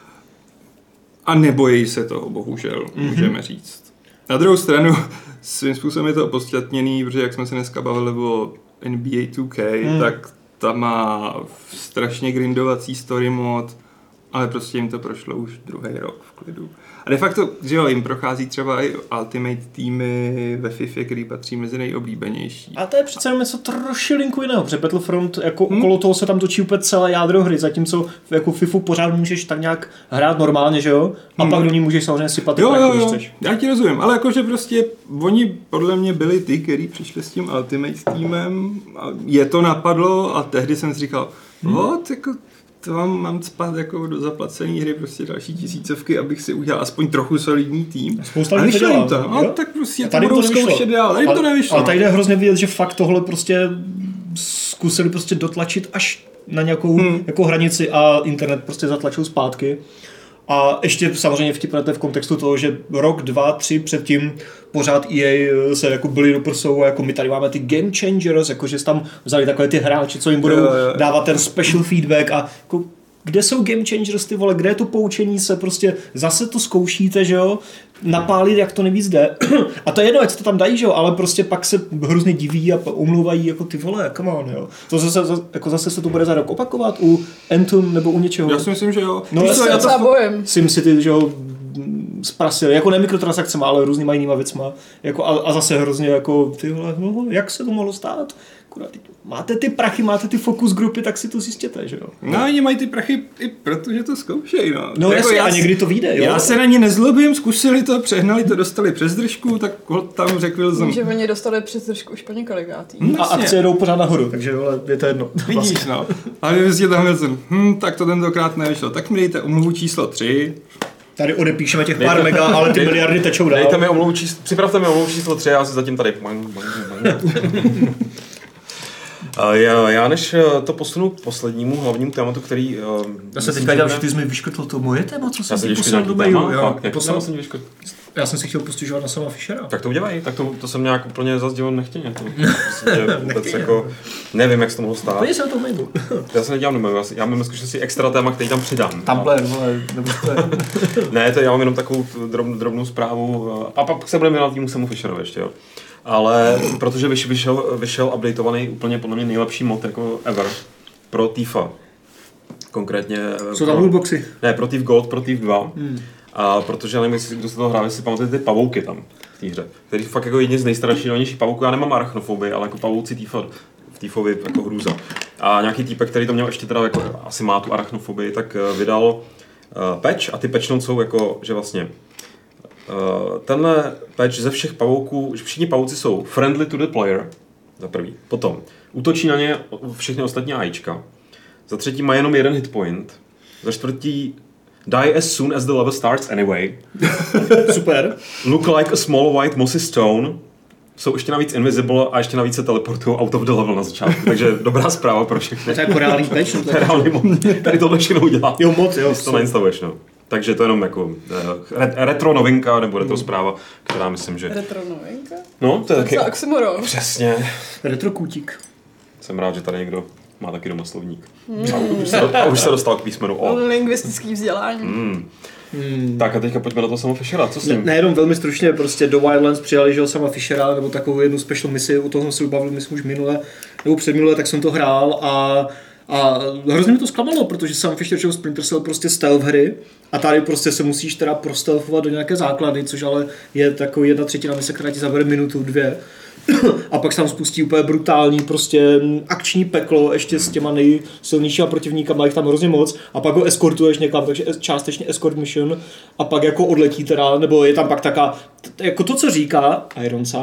a nebojí se toho, bohužel, mm-hmm. můžeme říct. Na druhou stranu, svým způsobem je to opodstatněný, protože jak jsme se dneska bavili o N B A two K, mm. tak ta má strašně grindovací story mod, ale prostě jim to prošlo už druhý rok v klidu. A de facto, že jo, jim prochází třeba i Ultimate týmy ve FIFA, který patří mezi nejoblíbenější. A to je přece jenom něco trošilinku jiného, protože Battlefront, jako hmm. okolo toho se tam točí úplně celé jádro hry, zatímco jako FIFU pořád můžeš tak nějak hrát normálně, že jo? A hmm. pak do ní můžeš samozřejmě sypat jo, prachy, jo, jo. chceš. Já ti rozumím, ale jakože prostě oni podle mě byli ty, kteří přišli s tím Ultimate týmem, a je to napadlo a tehdy jsem si říkal, hmm. what, jako to mám, mám spát jako do zaplacené hry prostě další tisícovky, abych si udělal aspoň trochu solidní tým. Spousta a lidí to dělá. To, no, tak prostě tady to budou zkoušet dál. Tady ale, to nevyšlo. Ale tady jde hrozně vidět, že fakt tohle prostě zkusili prostě dotlačit až na nějakou hmm. jako hranici a internet prostě zatlačil zpátky. A ještě samozřejmě vtipné v kontextu toho, že rok, dva, tři předtím pořád E A se jako byli do prsou a jako my tady máme ty game changers, jakože tam vzali takové ty hráči, co jim budou jo, jo. dávat ten special feedback a jako, kde jsou game changers, ty vole, kde je to poučení se, prostě zase to zkoušíte, že jo, napálit, jak to nejvíc jde. A to je jedno, ať to tam dají, že jo, ale prostě pak se hrozně diví a umlouvají jako ty vole, come on, jo. To zase, jako zase se to bude za rok opakovat u Anthem nebo u něčeho. Já si myslím, že jo. No, já, já to bojím. SimCity, že jo, zprasili, jako ne mikrotransakcema, ale různýma jinýma věcma. Jako a, a zase hrozně jako, ty vole, no, jak se to mohlo stát? Kurva, máte ty prachy, máte ty focus grupy, tak si to zjistěte, že jo? No, oni mají ty prachy i protože to zkoušejí, no. No jako jasně, já, a někdy to vyjde, jo? Já se na ně nezlobím, zkusili to, přehnali to, dostali přes držku, tak tam řekl jsem. Že oni dostali přes držku už po několikátý. Hmm, a akcie jdou pořád nahoru, takže vole, je to jedno. Vidíš, no. A vy vlastně tam jsem, hm, tak to tentokrát nevyšlo. Tak mi dejte umluvu číslo tři. Tady odepíšeme těch pár mega, ale ty miliardy tečou dál. Dejte mi omluvu číslo, připravte mi omluvu číslo tři, já si zatím tady... Já, já než to posunu k poslednímu hlavnímu tématu, který... Já se teďka dělám, že ty jsi mi vyškrtl to moje téma, co jsem si poslal do mailu. Já jsem vyškrtl. Já jsem si chtěl postižovat na Sama Fischera. Tak to udělej, tak to, to jsem nějak úplně zase dělal nechtěně. To, to vůbec jako, nevím, jak se to mohlo stát. Pojď se na to mailu. Já se nedělám do mailu, já, já mám zkušenosti extra téma, který tam přidám. Tumblr, vole, nebo to je... Ne, to já mám jenom takovou drob, drobnou zprávu. A pak se budeme věnovat týmu Samu Fischerovi ještě, jo. Ale protože vyšel, vyšel updateovaný úplně podle mě nejlepší mod jako ever pro Tifa. Konkrétně... Jsou tam lootboxy? Ne, pro Thief Gold, pro Thief dva. Hmm. A protože já nevím, jestli kdo se toho hrál, jestli si pamatujete ty pavouky tam v té hře. Který fakt jako jedni z nejstrašidelnějších pavouků. Já nemám arachnofobii, ale jako pavouci Tifa v Tifovi jako hrůza. A nějaký týpek, který to měl ještě teda jako asi má tu arachnofobii, tak vydal uh, patch a ty patch notes jsou jako, že vlastně Uh, tenhle patch ze všech pavouků, že všichni pavouci jsou friendly to the player, za prvý. Potom útočí na ně všechny ostatní AIčka. Za třetí má jenom jeden hit point. Za čtvrtý die as soon as the level starts anyway. Super. Look like a small white mossy stone. Jsou ještě navíc invisible a ještě navíc se teleportují out of the level na začátku. Takže dobrá zpráva pro všechny. To je jako reálný patch. To je reálný mod. Tady tohle všechno udělá. Jo, moc, jo. To nainstaluješ, no. Takže to je jenom jako uh, retro novinka, nebo retro zpráva, která myslím, že... Retro novinka? No, to je taky... To je oxymoron. Přesně. Retro kůtík. Jsem rád, že tady někdo má taky doma slovník. Mm. A, už se, a už se dostal k písmenu O. Lingvistický vzdělání. Mm. Hmm. Tak a teďka pojďme na to Sama Fischera, co s ním? Ne, nejenom velmi stručně, prostě do Wildlands přijali, že Sama Fischera, nebo takovou jednu special misi, u toho jsem se bavil, myslím už minule, nebo předminule, tak jsem to hrál a A hrozně mi to zklamalo, protože Sam Fisher Joe Splinter Cell prostě stealth hry a tady prostě se musíš teda prostelfovat do nějaké základy, což ale je takový jedna třetina mise, která ti zabere minutu, dvě. A pak se tam spustí úplně brutální prostě akční peklo ještě s těma nejsilnějšíma protivníkama, jich tam hrozně moc a pak ho eskortuješ někam, takže částečně escort mission a pak jako odletí teda, nebo je tam pak taká, jako to, co říká Ironside,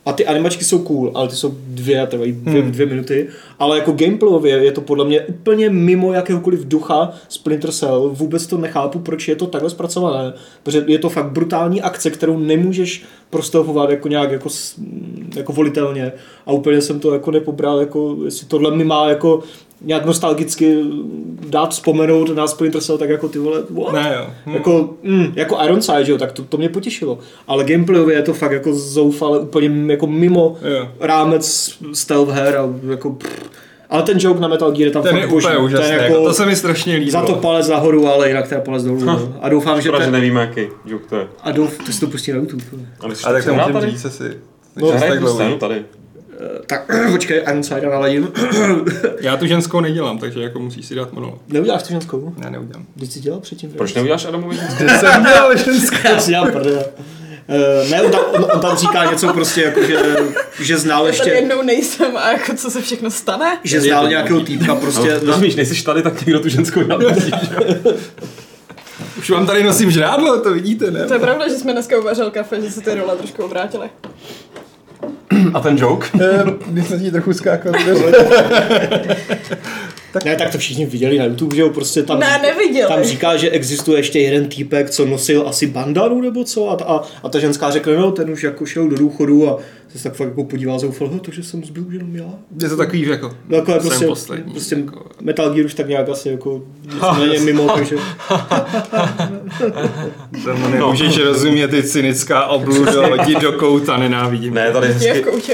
A ty animačky jsou cool, ale ty jsou dvě, trvají dvě, hmm. dvě minuty. Ale jako gameplayově je to podle mě úplně mimo jakéhokoliv ducha Splinter Cell. Vůbec to nechápu, proč je to takhle zpracované. Protože je to fakt brutální akce, kterou nemůžeš prostopovat jako nějak jako, jako volitelně. A úplně jsem to jako nepobral, jako jestli tohle mi má jako nějak nostalgicky dát vzpomenout na Splinter Cell, tak jako ty vole, what? Ne, jo. Hmm. Jako, mm, jako Ironside, že jo, tak to, to mě potěšilo. Ale gameplayově je to fakt jako zoufale úplně jako mimo jo. rámec stealth her a jako pff. Ale ten joke na Metal Gear je tam ten fakt je úplně boží. úžasný, jako, jako to se mi strašně líbilo. Za to palec nahoru, ale jinak teda palec dolů. No. A doufám, že... Škoda, ten... že nevíme, jaký joke to je. A douf, to si to pustí na YouTube. Ale, a tak to můžeme říct asi. No, hraj tu scénu tady. Tak počkej, Ironside naladím. Já tu ženskou nedělám, takže jako musíš si dát monolog. Neuděláš tu ženskou? Ne, neudělám. Když jsi dělal předtím? Proč neuděláš Adamovi ženskou? Ty jsem dělal ženskou. Já si dělám prdele. Uh, ne, on tam, on, on tam říká něco prostě jako, že, že znal ještě... Tady jednou nejsem a jako co se všechno stane? Že znal nějakého týpka prostě... No, rozumíš, nejsiš tady, tak někdo tu ženskou dělal. Už vám tady nosím žrádlo, to vidíte, ne? To je pravda, že jsme dneska uvařili kafe, že se ty role trošku obrátily. A ten joke? Když jsem ti trochu skákal. Tak... Ne, tak to všichni viděli na YouTube, že jo, prostě tam, ne, neviděli. Tam říká, že existuje ještě jeden týpek, co nosil asi bandanu nebo co a, a, a ta ženská řekne, no ten už jako šel do důchodu a se tak fakt jako podíval zoufal, to, že jsem zbyl jenom já. Je to takový, že jako no, jako jsem prostě, poslední. Prostě jako... Metal Gear už tak nějak asi jako nicméně mimo, takže... Tomu nemůžeš no. rozumět, ty cynická obludo, jdi do kouta, nenávidím. Ne, tady hezky... Je v koutě.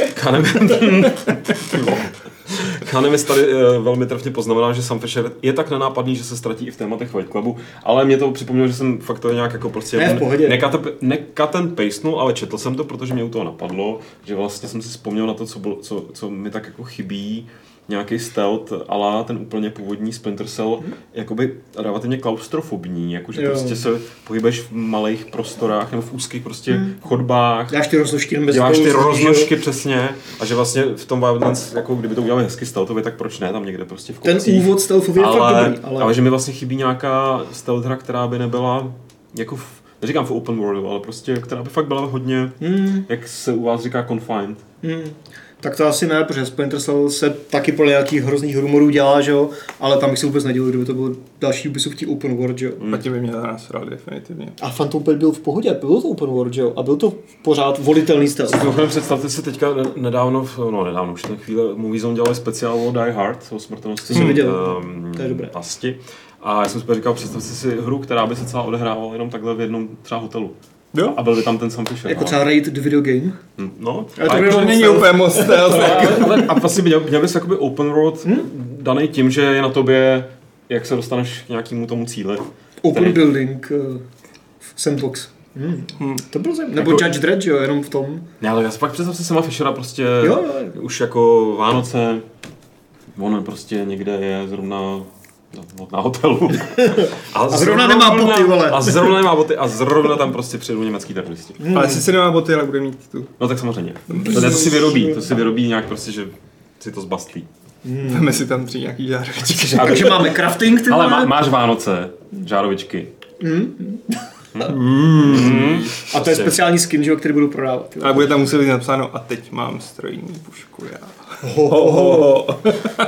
Kanemis tady uh, velmi trefně poznamenal, že Sam Fisher je tak nenápadný, že se ztratí i v tématech Fight Clubu, ale mě to připomnělo, že jsem fakt to nějak jako prostě ne, nekat and pastenul, ale četl jsem to, protože mě u toho napadlo, že vlastně jsem si vzpomněl na to, co, bylo, co, co mi tak jako chybí, nějaký stealth, ale ten úplně původní Splinter Cell hmm. jakoby relativně klaustrofobní, jakože jo. prostě se pohybuješ v malých prostorách nebo v úzkých prostě hmm. chodbách. Děláš ty rozložky mezi Děláš ty rozložky přesně a že vlastně v tom Wildlands, jako kdyby to udělali hezky stealthově, tak proč ne tam někde prostě v kopcích. Ten úvod stealthově je fakt dobrý. Ale... ale že mi vlastně chybí nějaká stealth hra, která by nebyla jako v, neříkám v open worldu, ale prostě která by fakt byla hodně, hmm. jak se u vás říká, confined. Hmm. Tak to asi ne, protože Splinter Cell se taky podle nějakých hrozných rumorů dělá, že jo, ale tam bych se vůbec nedělal, kdyby to byl další Ubisoft Open World, že jo. Mm. A tě by mě násral definitivně. A Phantom Pain byl v pohodě, byl to Open World, že jo, a byl to pořád volitelný styl. Mimochodem představte si teďka nedávno, no nedávno, už ten chvíli Movie Zone dělali speciál o Die Hard, o smrtelnosti. Jsem viděl, um, to je dobré. Pasti. A já jsem si říkal, představte si hru, která by se celá odehrávala jenom takhle v jednom třeba hotelu. Jo? A byl by tam ten Sam Fisher. Jako třeba Raid the Video Game. Hmm, no. Ale to by to není úplně moc stealth. A vlastně měl, měl bys jakoby open world hmm? daný tím, že je na tobě, jak se dostaneš k nějakému tomu cíli. Open který... building, uh, sandbox. Hmm. Hmm. To byl zajímavé. Nebo jako... Judge Dredd, jo, jenom v tom. Ne, ale já si pak představ si Sama Fishera prostě jo, jo. už jako Vánoce, on prostě někde je zrovna na hotelu. A, a zrovna nemá boty, vole. A zrovna nemá boty a zrovna tam prostě přijdou německý teroristi. Hmm. Ale sice nemá boty, ale bude mít tu. No tak samozřejmě. To, to si vyrobí, to si vyrobí nějak prostě, že si to zbaství. Hmm. Dáme si tam tři nějaký žárovičky. Takže máme crafting, ty ale má, máš Vánoce, žárovičky. Hmm. Mm. A to je speciální skin, že, který budu prodávat. Ale bude tam muset být napsáno a teď mám strojní pušku já. Ho, ho, ho.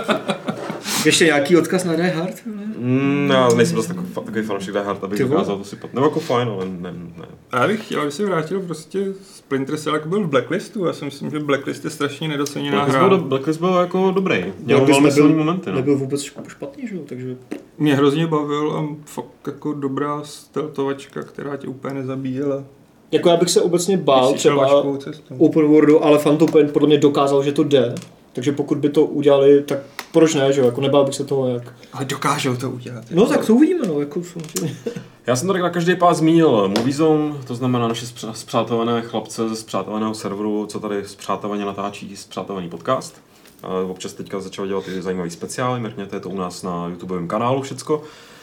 Ještě nějaký odkaz na Die Hard? Mm, já nejsem zase takový, takový fanoušek Die Hard, abych dokázal to sypat. Nebo jako fajn, ale ne, ne. A já bych chtěl, aby se vrátil prostě Splinter Cell, jako byl v Blacklistu. Já si myslím, že Blacklist je strašně nedoceněná Blacklist hra. Byl, Blacklist byl jako dobrý. Měl velmi silný momenty. No. Nebyl vůbec špatný, že jo, takže... Mě hrozně bavil a fakt jako dobrá stealthovačka, která tě úplně nezabíjela. Jako já bych se obecně bál třeba Open Worldu, ale Phantom Pain podle mě dokázal, že to jde. Takže pokud by to udělali, tak proč ne, že jo? Jako nebál bych se toho jak. Ale dokážou to udělat. No tak to uvidíme, no, jako samozřejmě. Já jsem tady na každý pád zmínil Movie Zone, to znamená naše spřátelé chlapce ze spřáteleného serveru, co tady spřáteleně natáčí spřátelený podcast. Občas teďka začal dělat i zajímavý speciály, mrkněte to u nás na YouTubeovém kanálu všecko.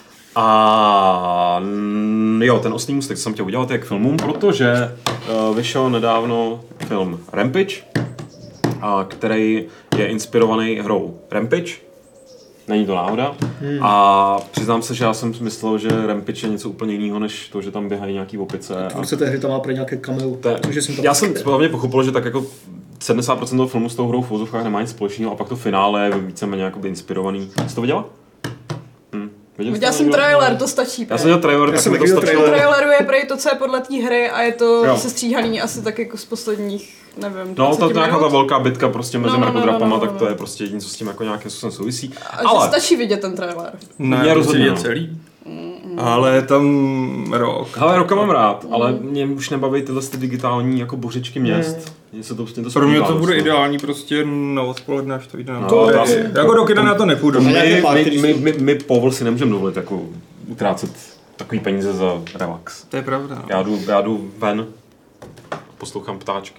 A jo, ten ostný můstek, co jsem chtěl udělat, je k filmům, protože uh, vyšel nedávno film Rampage, a který je inspirovaný hrou Rampage. Není to náhoda. Hmm. A přiznám se, že já jsem myslel, že Rampage je něco úplně jiného, než to, že tam běhají nějaký opice. Tvůrce té hry tam má pro nějaké cameo. Te... Já jsem hlavně pochopil, že tak jako sedmdesát procent toho filmu s tou hrou v vozovkách nemá nic společného a pak to finále je víceméně jakoby inspirovaný. Jsi to viděla? Hm. Viděla jsem trailer, to stačí. Já jsem viděl trailer, tak mi to stačilo. V traileru je prej to, co je podle té hry a je to sestříhaný asi tak jako z posledních, nevím, no, to je nějaká ta velká bitka prostě mezi no, no, mrakodrapama, no, no, no, tak to je prostě jediné, co s tím jako nějakým způsobem souvisí. A ale... že stačí vidět ten trailer. Ne, mě rozhodně no. celý. Mm, ale tam rok. Ale roka mám rád, mm. ale mě už nebaví tyhle ty digitální jako bořičky měst. Mm. Se to, to pro mě to bude vlastně ideální prostě na odpoledne, až to jde na no, to. to je, jako do kina na to nepůjdu. My, my, my, my, my, my povol si nemůžeme dovolit jako utrácet takový peníze za relax. To je pravda. No. Já jdu, já jdu ven, poslouchám ptáčky.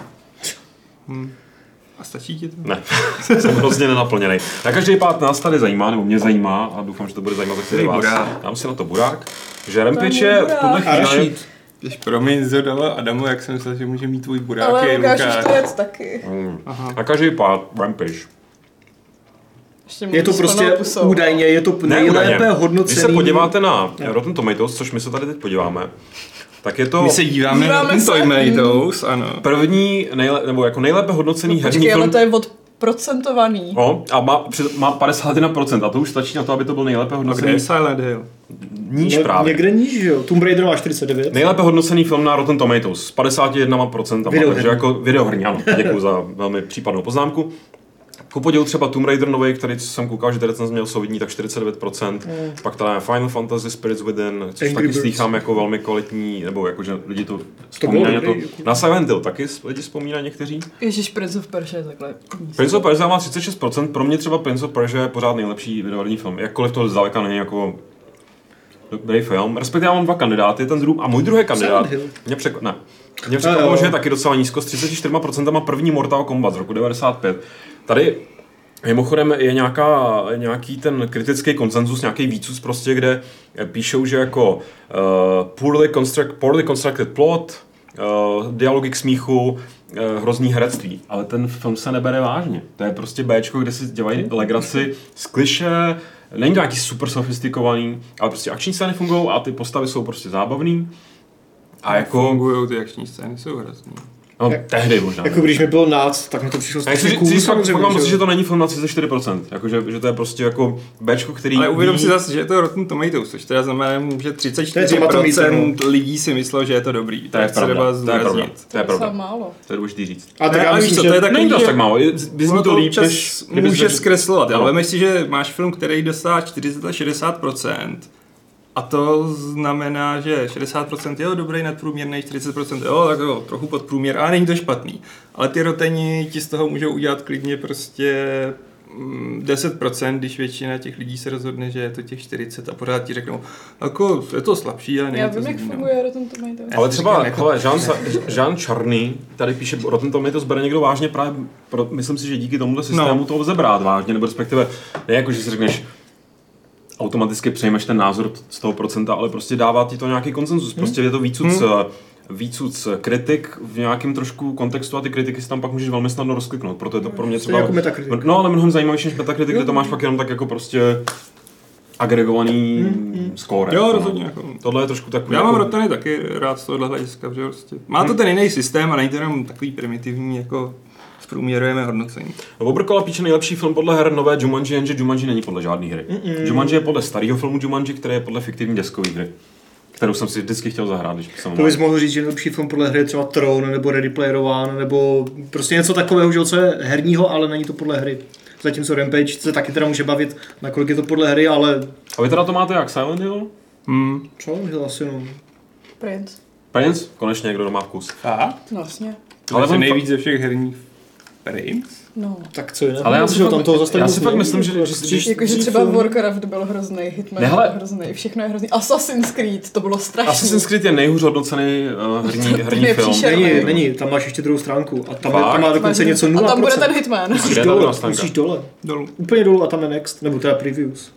Hmm. A stačí ti to? Ne, jsem hrozně nenaplněnej. Na každý pád nás tady zajímá, nebo mě zajímá, a doufám, že to bude zajímat taky vás. Dám si na to burák. Že Rampage je v tuhle chvíli... Když promiň, zadala Adamu, jak jsem myslel, že může mít tvůj burák. Ale Lukáš už to jec taky. Hmm. Na každý pád Rampage. Je to prostě údajně, je to nejlépe hodnocený. Když se podíváte na Rotten Tomatoes, což my se tady teď podíváme, tak je to... My se díváme, díváme na Rotten Tomatoes, ano. První, nejle, nebo jako nejlépe hodnocený no, herní počkej, film. ale to je odprocentovaný. No, a má, má padesát jedna procent a to už stačí na to, aby to byl nejlépe hodnocený. A kde je Silent Hill? Níž právě. Někde níž, jo. Tomb Raider má čtyřicet devět. Nejlépe hodnocený film na Rotten Tomatoes s padesát jedna procent. Takže jako videoherní, ano. Děkuji za velmi případnou poznámku. Ku podivu třeba Tomb Raider nový, který jsem koukal, že teď jsem měl solidní, tak čtyřicet devět procent. Mm. Pak tady je Final Fantasy Spirits Within, což taky slýchám jako velmi kvalitní, nebo jako, že lidi to vzpomínají. To na Silent Hill taky lidi vzpomínají někteří. Ježíš, Prince of Persia takhle. Prince of Persia má třicet šest procent, pro mě třeba Prince of Persia je pořád nejlepší videoherní film. Jakkoliv to zdaleka není jako dobrý film. Respektive já mám dva kandidáty, ten druhý, a můj druhý kandidát mě překvapil, ne. Mě překvapilo, že je taky docela nízko, s třicet čtyři procent první Mortal Kombat z roku devadesát pět. Tady mimochodem je nějaká, nějaký ten kritický konsenzus, nějaký výcud prostě, kde píšou, že jako uh, poorly, construct, poorly constructed plot, uh, dialogy k smíchu, uh, hrozný herectví. Ale ten film se nebere vážně. To je prostě béčko, kde si dělají legraci z klišé, není to nějaký super sofistikovaný, ale prostě akční scény fungují a ty postavy jsou prostě zábavný. A jako... Fungujou ty akční scény, jsou hrozný. No, jak, tehdy možná. Jako když mi bylo náct, tak mi to přišlo strašně cool. Fakt mám pocit, že to není film na třicet čtyři procent. Jako, že, že to je prostě jako béčko, který... Ale uvědom si zase, že je to Rotten Tomatoes, což teda znamená, že třicet čtyři procent lidí si myslelo, že je to dobrý. To je pravda, to je pravda. To je pravda. málo. To je důležitý říct. A tak já myslím, že to je takový, není to tak málo. Vyzní to líp, než... Můžeš zkreslovat, ale vem si, že máš film, který dostává čtyřicet až šedesát procent. A to znamená, že šedesát procent je dobrý, nadprůměrný, čtyřicet procent jo, tak jo, trochu podprůměr, ale není to špatný. Ale ty roteni ti z toho můžou udělat klidně prostě deset procent, když většina těch lidí se rozhodne, že je to těch čtyřicet a pořád ti řeknou, jako je to slabší, ale není Já to vím, jak funguje Rotten Tomatoes. Ale třeba, hele, Jean, Jean Čarný tady píše, Rotten Tomatoes bere někdo vážně právě, pro, myslím si, že díky tomuto systému no. to lze brát vážně, nebo respektive, ne jako, že si řekneš, automaticky přejmeš ten názor z toho procenta, ale prostě dává ti to nějaký konsenzus. Prostě je to výcud, hmm. výcud kritik v nějakém trošku kontextu a ty kritiky si tam pak můžeš velmi snadno rozkliknout. Proto je to pro mě třeba... Jako Metacritic. No, ale mnohem zajímavější než Metacritic, kde to máš pak jenom tak jako prostě agregovaný hmm. score. Jo, rozhodně. Jako. Tohle je trošku takový... Já jako... mám Rotteny taky rád z tohohle hlediska, že prostě... Má to ten jiný systém a není to jenom takový primitivní jako... Zprůměrujeme hodnocení. Obrkola píše nejlepší film podle her nové Jumanji, jenže Jumanji není podle žádné hry. Mm-mm. Jumanji je podle starého filmu Jumanji, který je podle fiktivní deskové hry, kterou jsem si vždycky chtěl zahrát, když jsem To bys mohl říct, že nejlepší film podle hry je třeba Tron, nebo Ready Player One, nebo prostě něco takového, že co je herního, ale není to podle hry. Zatímco Rampage se taky teda může bavit, nakolik je to podle hry, ale... A vy teda to máte jak Silent Hill? Hmm. Co? Hill asi no. Prince. Prince? Konečně někdo má vkus. Fakt? No vlastně. To ale je nejvíc ze všech herních Prince? No. Tak co jiného? Ale já si, tam toho já si fakt myslím, že... že, že Jakože třeba Warcraft byl hrozný, Hitman byl hrozný, všechno je hrozný. Assassin's Creed, to bylo strašný. Assassin's Creed je nejhůř hodnocený uh, herní, herní film. Není, není, tam máš ještě druhou stránku a tam, je, tam má dokonce něco nula procent. A tam bude ten Hitman. Musíš dole, musíš dole. Dolů. Úplně dolů a tam je next, nebo teda previews.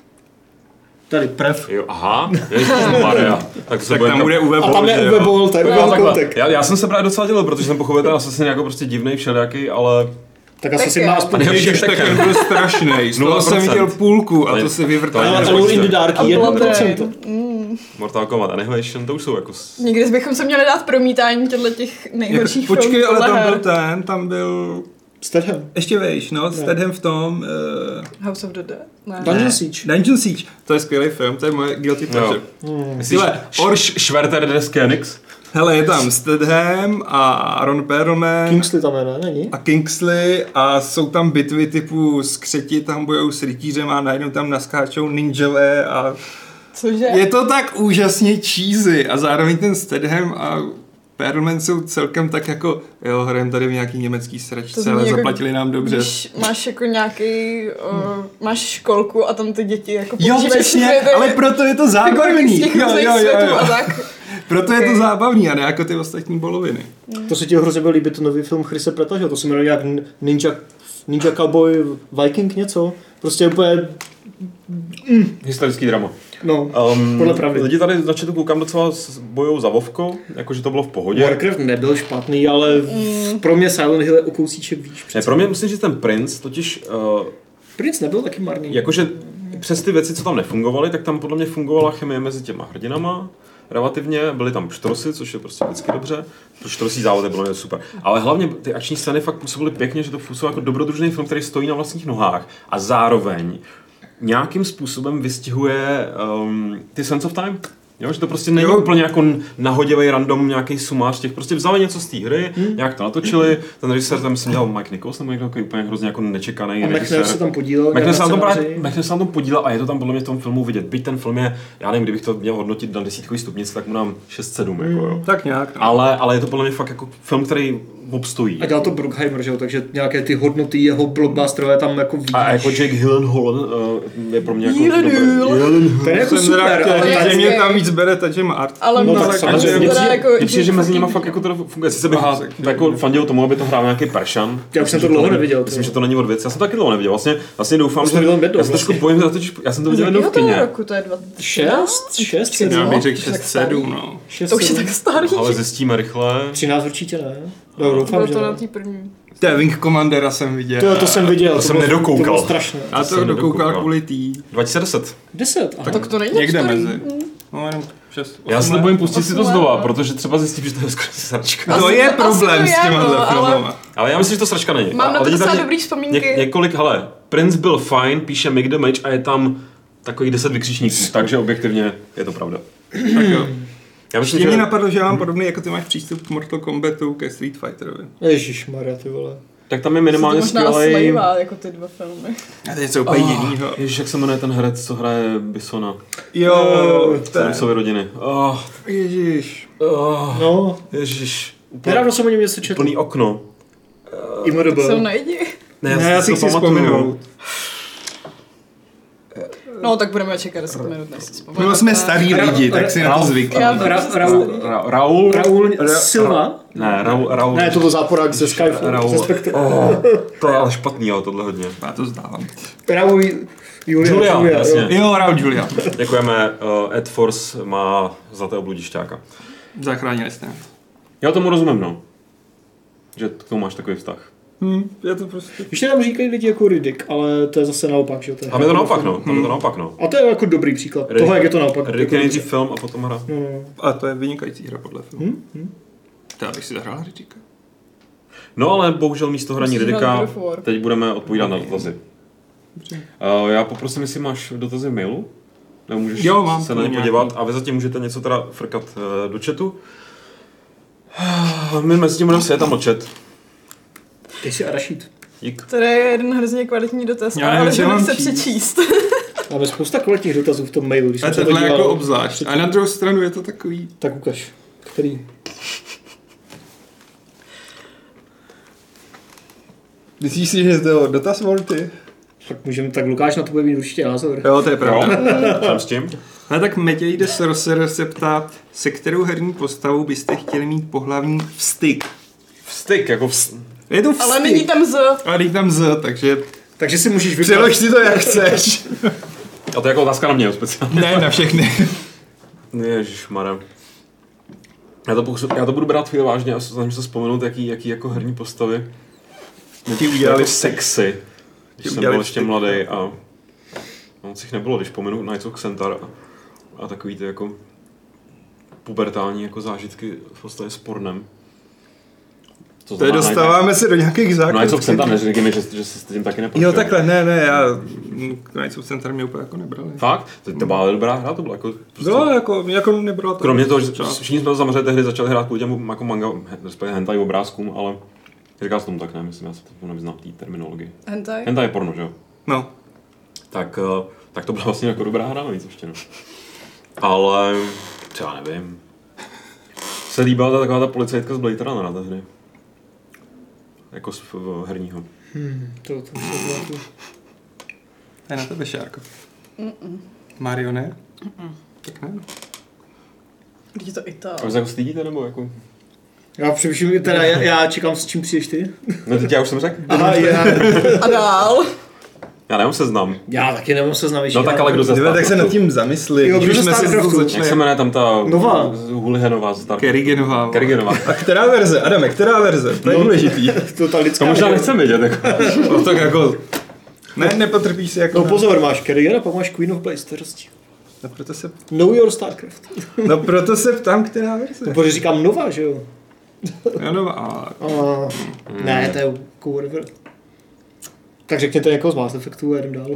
Tady prev. Jo, aha, Maria. Tak, to tak tam bude U V Ball. A tam je U V Ball, to je U V Ball kontek. Já, já jsem se právě docela dělal, protože jsem pochopil ten Assassin jako prostě divnej všelijaký, ale Tak asi si Tekken. má aspoň A nejlepší vědět. je Tak byl strašný. Z toho jsem viděl půlku a to se vyvrtalo. To je- Alone in the Dark, A jedno Blood procento. Rain. Mm. Mortal Kombat Annihilation, to už jsou jako... s- Někdy bychom se měli dát promítání těchto těch nejhorších Počkej, filmů ale podle tam byl her. ten, tam byl... Statham. Ještě vejš, no, Statham v tom... Uh, House of the Dead. Ne. Dungeon Siege. Dungeon Siege, to je skvělý film, to je moje guilty pleasure. Myslíš, Tyhle, Orš Schwerter des Königs? Hele, je tam Statham a Aaron Perlman Kingsley tam je, ne? Není? a Kingsley a jsou tam bitvy typu skřeti tam bojou s rytířem a najednou tam naskáčou ninjové a Cože? je to tak úžasně cheesy a zároveň ten Statham a Perlman jsou celkem tak jako, jo, hrajeme tady v nějaký německý To sračce, zní ale jako, zaplatili nám dobře. Když máš jako nějaký, uh, máš školku a tam ty děti jako Jo, používají přesně, světy, ale proto je to figurky zábavný. z těch Jo, různých jo, jo, světů jo. a tak. Proto je to Ok. zábavný a ne jako ty ostatní boloviny. To se ti hrozně byl líbit nový film Chrise Pratta, že? To se jmenuje nějak Ninja, Ninja Cowboy Viking něco. Prostě úplně, Historický drama. no, Um, podle pravdy. Lidi tady na chatu koukám docela s- bojujou za Vovko, jakože to bylo v pohodě. Warcraft nebyl špatný, ale v, pro mě Silent Hill je o kousíček výš. Ne, Přece. pro mě musím říct ten Prince, totiž uh, Prince nebyl taky marný. jakože přes ty věci, co tam nefungovaly, tak tam podle mě fungovala chemie mezi těma hrdinama. Relativně, byly tam pštrosy, což je prostě vždycky dobře. To štrosí závody bylo super. Ale hlavně ty akční scény fakt působily pěkně, že to působilo jako dobrodružný film, který stojí na vlastních nohách a zároveň nějakým způsobem vystihuje um, ty Sense of Time. Jo, že to prostě není Jo. úplně jako nahodivý random nějaký sumář těch, prostě vzali něco z té hry, hmm. nějak to natočili, ten režisér tam myslím dělal Mike Nichols, nebo někdo takový úplně hrozně jako nečekaný A McNair se tam podílel. McNair se na tom scénáři. právě McNair se na tom podílel a je to tam podle mě v tom filmu vidět. Byť ten film je, já nevím, kdybych to měl hodnotit na desítkový stupnici, tak mu dám šest sedm, jako jo. Tak nějak. No. Ale, ale je to podle mě fakt jako film, který obstojí. A dělal to Bruckheimer, že jo, takže nějaké ty hodnoty jeho blockbusterové tam jako vidíš. A jako Jake Gyllenhaal uh, je pro mě jako... Gyllenhaal. Gyllenhaal. To je jako Jsem teda super, chtěl ale říct, tak- že mě tam víc bere Taj Mahal. Ale No no, tak tak samozřejmě. ale Mně teda přijde, jako, mně přijde, že mezi nimi fucking- fakt jako to funguje. Sice bych Aha, jako fandil tomu, aby to hrál nějaký Peršan. Já už jsem Myslím, to že dlouho není- neviděl, Myslím, ty. že to není od věci. Já jsem to taky dlouho neviděl. Vlastně, vlastně doufám, Už že... to viděl Bad Já se Dog trošku vlastně. bojím, že to- já jsem to viděl jednou v Jakého kině. roku to je dva? Šest? Šest? sedm? Já No, bych to řekl už je tak šest starý. sedm, no. Šest, To už je sedm. tak starý. Ale zjistíme rychle. třináct určitě ne. No, doufám, Bylo že to ne. na té první. To je Wing Commandera jsem viděl. To, to jsem viděl. To jsem bylo- nedokoukal. To bylo strašné. A to jsem dokoukal nedokoukal. kvůli tý. dva tisíce deset. Deset. Aha. Tak to není Někde tak starý. mezi. No jenom šest. Já se osm let. nebojím pustit si to Osm znova, let. protože třeba zjistím, že to je skoro sračka. To Asi je to- problém asi to s je, těma no, ale- filmama. Ale já myslím, že to sračka není. Mám A- na ale to lidi docela tady- dobrý vzpomínky. Ně, několik, hele, Prince byl fajn, píše Mick the Mage a je tam takových deset vykřičníků, takže objektivně je to pravda. Tak jo. Já myslím, Ještě že... mě napadlo, že já mám podobný, jako ty máš přístup k Mortal Kombatu ke Street Fighterovi. Ježišmarja, ty vole. Tak tam je Se to minimálně možná skvělej... slejvá, jako ty dva filmy. A to je něco úplně Oh, jinýho. Ježiš, jak se jmenuje ten herec, co hraje Bisona? Jo, Z to je. Lucovy rodiny. Oh, Ježíš. oh, No, Ježiš. Úplně nedávno jsem o něm něco četl. plný okno. I M D B. Co najdi. Ne, Ne, já si chci vzpomenout. No, tak budeme čekat deset minut, než si vzpomeneme. No jsme starý lidi, tak si na to zvykli. Já- Ra- Raul, Ra- Raul? Raul Ra- Silva? Ne, Raul, Raul. Ne, to byl záporák ze Skyfall. Raul. Ze Spectre. Oh, to je ale špatný, ale tohle hodně. Já to zdávám. Raul Julia. Julia, Julia, jasně. jo. Jo, Raul Julia. Děkujeme, uh, Ed Force má zlatého bludišťáka. Zachránili jste. Já tomu rozumím, no. Že k tomu máš takový vztah. Hm, je to prostě... Ještě nám říkají lidi jako Riddick, ale to je zase naopak, že jo? Tam je to naopak, no. Tam je to naopak, no. A to je jako dobrý příklad Riddick- toho, jak je to naopak. Rick Jako je nejdřív film a potom hra. No, no. A to je vynikající hra podle filmu. Hm? Hm? To já bych si zahrál Riddicka. No ale bohužel místo hraní Musíš hrát Riddicka, God of War. teď budeme odpovídat na dotazy. Uh, já poprosím, jestli máš dotazy v mailu, nebo můžeš Jo, mám se tu na ně nějaký. podívat a vy zatím můžete něco teda frkat uh, do chatu. My mezi tím budeme sedět a mlčet. Ty jsi Arašít. Dík. Tady je jeden hrozně kvalitní dotaz, Já ale nevím, že co mám nechce číst. přečíst. Máme spousta kvalitních dotazů v tom mailu, když A jsem se tohle podíval. jako obzvlášť. A na druhou stranu je to takový... Tak ukaž. Který? Myslíš si, že je to dotaz Volty? Tak můžeme, tak Lukáš na to bude mít určitě názor. Jo, to je Jo, pravda. jsem s tím. Ale tak Matěj de Sorcerer se ptá, se kterou herní postavou byste chtěli mít pohlavní vztyk? Vstyk, jako vst... Je to vztyk. Ale není tam z... Ale není tam z, takže Takže si můžeš vybrat. přelož si to jak chceš. A to je jako otázka na mě speciálně. Ne, na všechny. Ježišmarja. Já to, pokusu, já to budu brát chvíli vážně a snažím se vzpomenout, jaký, jaký jako herní postavy. Ti udělali jako sexy, když jsem byl ještě mladý a moc jich nebylo, když pominu Knights of Xantar a, a takový ty jako pubertální jako zážitky v podstatě s pornem. To, to dostáváme se do nějakých základů. Knights of Xantar, neříkej mi, že, že se s tím taky neprošel. Jo, takhle, ne, ne, já Knights of Xantar mě úplně jako nebrali. Fakt? To, to byla dobrá hra, to bylo jako... Prostě... No, jako, jako nebrala to. Kromě toho, že všichni jsme samozřejmě tehdy začali hrát kvůli těm jako manga, respektive hentai obrázkům, ale říkal jsem tomu tak, ne, myslím, já se to nevyznám té terminologii. Hentai? Hentai je porno, že jo? No. Tak, tak to byla vlastně jako dobrá hra navíc ještě, no. Ale třeba nevím. Se líbila ta taková ta policajtka z Blade Runnera na té hry. Jako z herního. Hmm, to, to se zvládnu. Je na tebe, Šárko. Mm-mm. Mario ne? Mm-mm. Tak ne. Když je to Itál. A vy se jako stydíte, nebo jako? Já přemýšlím, teda já, já čekám, s čím přijdeš ty. No teď já už jsem řekl. Aha, já. A dál. Já nemám seznam. Já taky nemám seznam. No tak ale kdo ze Starcraftu? Tak se nad tím zamysli. Jo, když jsme se Starcraftu. Jak se jmenuje tam ta... Nová. Hulihanová z Starcraftu. Kerriganová. Kerriganová. A která verze? Adame, která verze? To je No. důležitý. To ta lidská. To možná nechcem vědět, jako. No tak jako... Ne, nepotrpíš si jako... No pozor, máš Carriera, pak máš Queen of Blade starosti. No proto se... Know your Starcraft. No proto se ptám, která verze. No protože říkám nová, že jo? Jo, no, a... A, ne, to je whatever. Tak řekněte někoho z Mass Effectu a jdem dál.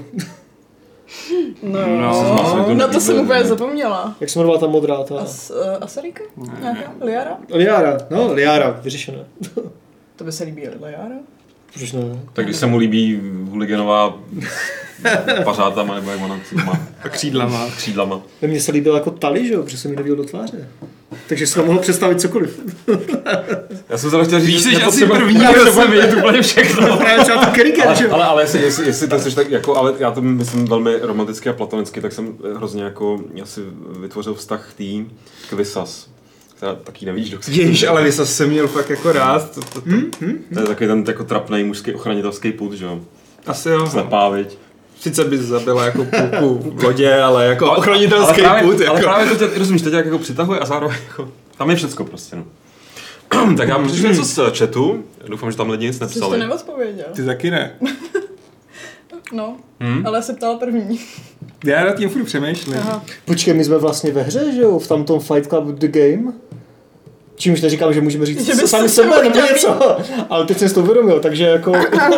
No, No. no. Na to jsem úplně zapomněla. Jak se jmenovala ta modrá? Ta... As, uh, Asarika? Nějaká? Liara? Liara, no Liara, vyřešené. To by se líbí Liara? Proč ne? Tak když se mu líbí Huliganová pařátama, nebo jak ona má A křídlama. křídlama. Mně se líbil jako Tali, že jo, protože jsem mi nevěděl do tváře. Takže jsem mohl představit cokoliv. Já jsem se chtěl říct, Víš, že jsi asi nepotřebuji- první, já kdo nepotřebuji vědět úplně všechno. Právě třeba to Kerrigan, že Ale, jo? ale, ale jestli, jestli, jestli to chceš tak jako, ale já to myslím velmi romanticky a platonicky, tak jsem hrozně jako, já si vytvořil vztah tý k Visas. Která taky nevíš, kdo chceš. Ježíš, ale Visas jsem měl fakt jako rád. To, to, to. Hm? Hm? To je takový ten jako trapnej mužský ochranitelský put, že jo. Asi jo. Slepá, viď. Sice bys zabila jako půlku v lodě, ale jako ochranitelský ale právě, put. Jako. Ale právě to tě, rozumíš, to tě jako přitahuje a zároveň jako, tam je všecko prostě, no. Tak já přečtu něco z chatu, doufám, že tam lidi nic Jsi to nepsali. neodpověděl. Ty taky ne. No, Hmm? ale se ptala první. Já nad tím furt přemýšlím. Aha. Počkej, my jsme vlastně ve hře, že jo? V tamtom Fight Club The Game. Čímž neříkám, že můžeme říct Že bys sami to sebe chtěl nebo vidět. něco. Ale teď jsem si to uvědomil, takže jako...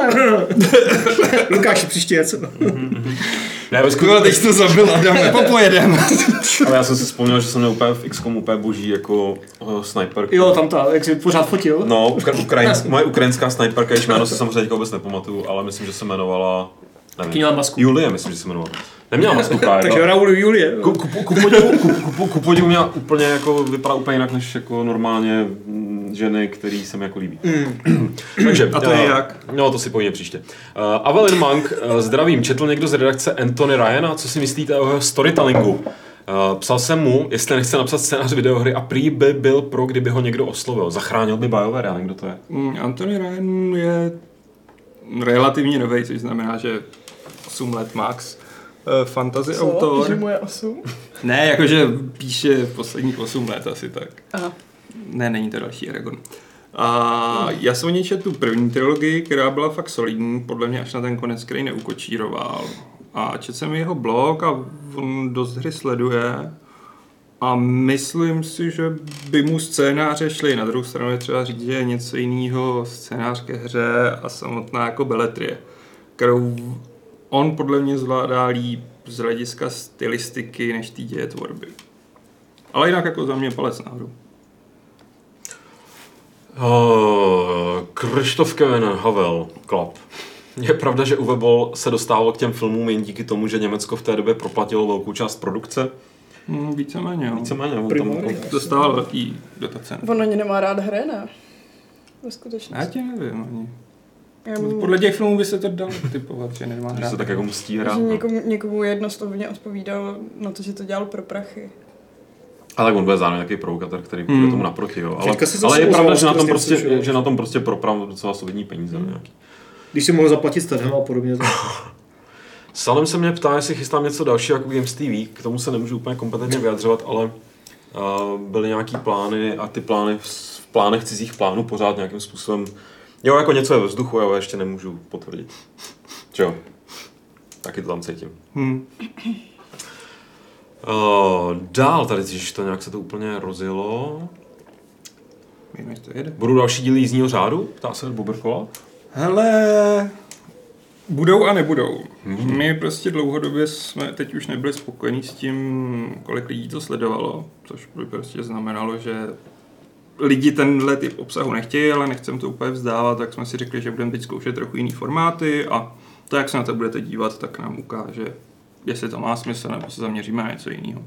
Lukáši, příště něco. Ne, ve Skvěle, teď jsi to zabil, Adam, nepopojedem. ale já jsem si vzpomněl, že jsem měl úplně v X COM úplně boží jako uh, sniperku. Jo, tam ta, jak jsi pořád fotil. No, ukra- ukrajinsk, moje ukrajinská sniperka, jejíž jméno se samozřejmě teďka vůbec nepamatuju, ale myslím, že se jmenovala... Taky měla masku. Julie, myslím, že se jmenovala. Neměla masku právě. Takže Raul Julie. Ku, ku, ku, podivu, ku, ku, ku podivu měla úplně jako, vypadá úplně jinak než jako normálně mm, ženy, který se mi jako líbí. Mm. Takže, A to je uh, jak? No, to si pojďme příště. Uh, Avelin Monk, uh, zdravím, četl někdo z redakce Anthony Ryana, co si myslíte o jeho storytellingu? Uh, psal jsem mu, jestli nechce napsat scénář videohry a prý by byl pro, kdyby ho někdo oslovil. Zachránil by BioWare, já nevím, kdo to je. Mm, Anthony Ryan je relativně nový, což znamená, že osm let max. Uh, fantasy Co? autor. Že mu je osm? Ne, jakože píše posledních osm let asi tak. Aha. Ne, není to další Eragon. A já jsem o něj četl tu první trilogii, která byla fakt solidní, podle mě až na ten konec, který neukočíroval. A četl jsem jeho blog a on dost hry sleduje. A myslím si, že by mu scénáře šly. Na druhou stranu je třeba říct, že je něco jiného scénář ke hře a samotná jako beletrie, kterou on podle mě zvládá líp z hlediska stylistiky než té dějetvorby. Ale jinak jako za mě palec nahoru. Uh, Krištof Kevin Havel, Club. Je pravda, že Uwe Boll se dostával k těm filmům jen díky tomu, že Německo v té době proplatilo velkou část produkce? Hmm, víceméně, jo. Víceméně, on tam Primárně. jako... Dostával velký dotace. On ani nemá rád hry, ne? Ve Já skutečnosti. tě nevím ani. Já mu- Podle těch filmů by se to dalo typovat, že nemá Že rád. se tak jako musí hrát. Že No. někomu, někomu jednoslovně odpovídal na to, že to dělal pro prachy. Ale on bude zároveň takový provokator, který Hmm. půjde tomu naproti, jo. Ale, Teďka se zase ale je pravda, ozval že na tom prostě prostě, něco, že na tom prostě propravil docela solidní peníze. Hmm. Nějaký. Když si mohl zaplatit stadem a podobně. Tak... Salem se mě ptá, jestli chystám něco dalšího jako Games T V, k tomu se nemůžu úplně kompetentně vyjadřovat, ale uh, byly nějaký plány a ty plány v, v plánech cizích plánů pořád nějakým způsobem Jo, jako něco je ve vzduchu, ale ještě nemůžu potvrdit. Jo. Taky to tam cítím. Hmm. Uh, dál tady, když to nějak se to úplně rozjelo. Vím, to jede. Budou další díly jízdního řádu? Ptá se Boberkola. Hele, budou a nebudou. Hmm. My prostě dlouhodobě jsme teď už nebyli spokojení s tím, kolik lidí to sledovalo, což by prostě znamenalo, že lidi tenhle typ obsahu nechtějí, ale nechcem to úplně vzdávat, tak jsme si řekli, že budeme teď zkoušet trochu jiný formáty a to, jak se na to budete dívat, tak nám ukáže, jestli to má smysl, nebo se zaměříme na něco jiného.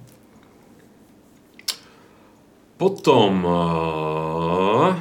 Potom uh,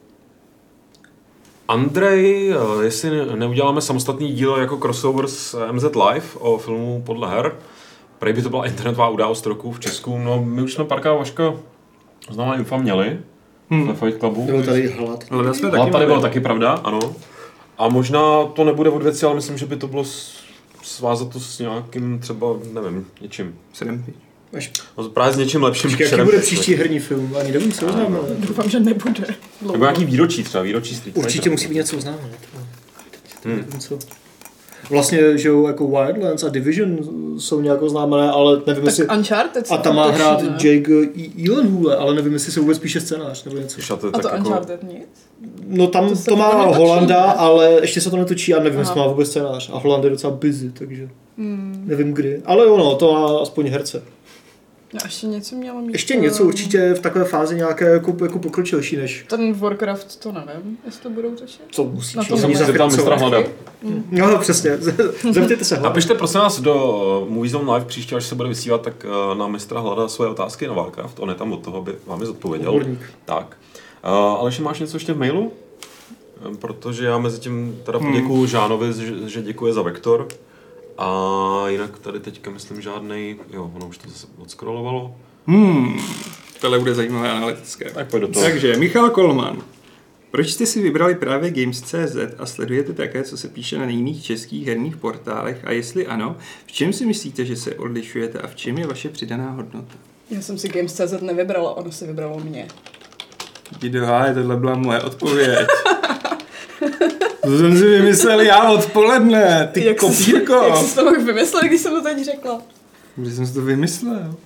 Andrej, uh, jestli neuděláme samostatný díl jako crossover s M Z Live o filmu podle her. Prej by to byla internetová událost roku v Česku. No, my už jsme Parka Vaška známá infa měli hmm. ve Fight Clubu. Bylo tady hlad. Hlad jsme Hlad taky tady měli. byl taky, pravda, ano. A možná to nebude od věci, ale myslím, že by to bylo svázat to s nějakým třeba, nevím, něčím. Sedm. Až, No, právě s něčím lepším. Počkej, jaký bude příští herní film? Ani nevím, co oznámil. Doufám, že nebude. Nebo nějaký výročí třeba, výročí Street Určitě Fighter. musí být něco oznámit. Hmm. Nevím, co. Vlastně, že jo, jako Wildlands a Division jsou nějak oznámené, ale nevím, Tak jestli... Uncharted A tam má hrát Jake Gyllenhaal, ale nevím, jestli se vůbec píše scénář nebo něco. Když já to A tak to jako... Uncharted nic? No tam To to, se to má to netočí, Holanda, ne? ale ještě se to netočí a nevím, Aha. jestli má vůbec scénář. A Holand je docela busy, takže Hmm. nevím kdy. Ale ono, to má aspoň herce. No, ještě něco mělo mít. Ještě něco určitě v takové fázi nějaké jako, jako pokročilší než... Ten Warcraft, to nevím, jestli to budou řešit. Co musí Na číst. to Jsem se zeptal mistra Hlada. No přesně, zeptejte se Hlada. Napište prosím nás do Movie Zone Live příště, až se bude vysílat, tak uh, na mistra Hlada svoje otázky na Warcraft. On je tam od toho, aby vám je zodpověděl. Odborník. Tak. Uh, ale ještě máš něco ještě v mailu? Um, protože já mezi tím teda poděkuju hmm. Žánovi, že, že děkuje za Vektor. A jinak tady teďka myslím žádnej, jo, ono už to zase odscrollovalo. Hmm, tohle bude zajímavé analytické. Tak pojď do toho. Takže, Michal Kolman. Proč jste si vybrali právě Games tečka cé zet a sledujete také, co se píše na jiných českých herních portálech? A jestli ano, v čem si myslíte, že se odlišujete a v čem je vaše přidaná hodnota? Já jsem si Games tečka cé zet nevybrala, ono si vybralo mě. Didohá, tohle byla moje odpověď. To jsem si vymyslel já odpoledne, ty Jak jsi- kopírko. Jak jsi to mohl vymyslet, když jsem to teď řekla? Že jsem si to vymyslel.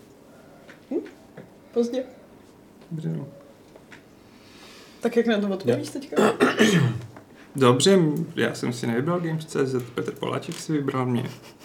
Pozdě. Dobře, no. Tak jak na to odpovíš teďka? Dobře, já jsem si nevybral Games tečka cé zet, Petr Poláček si vybral mě.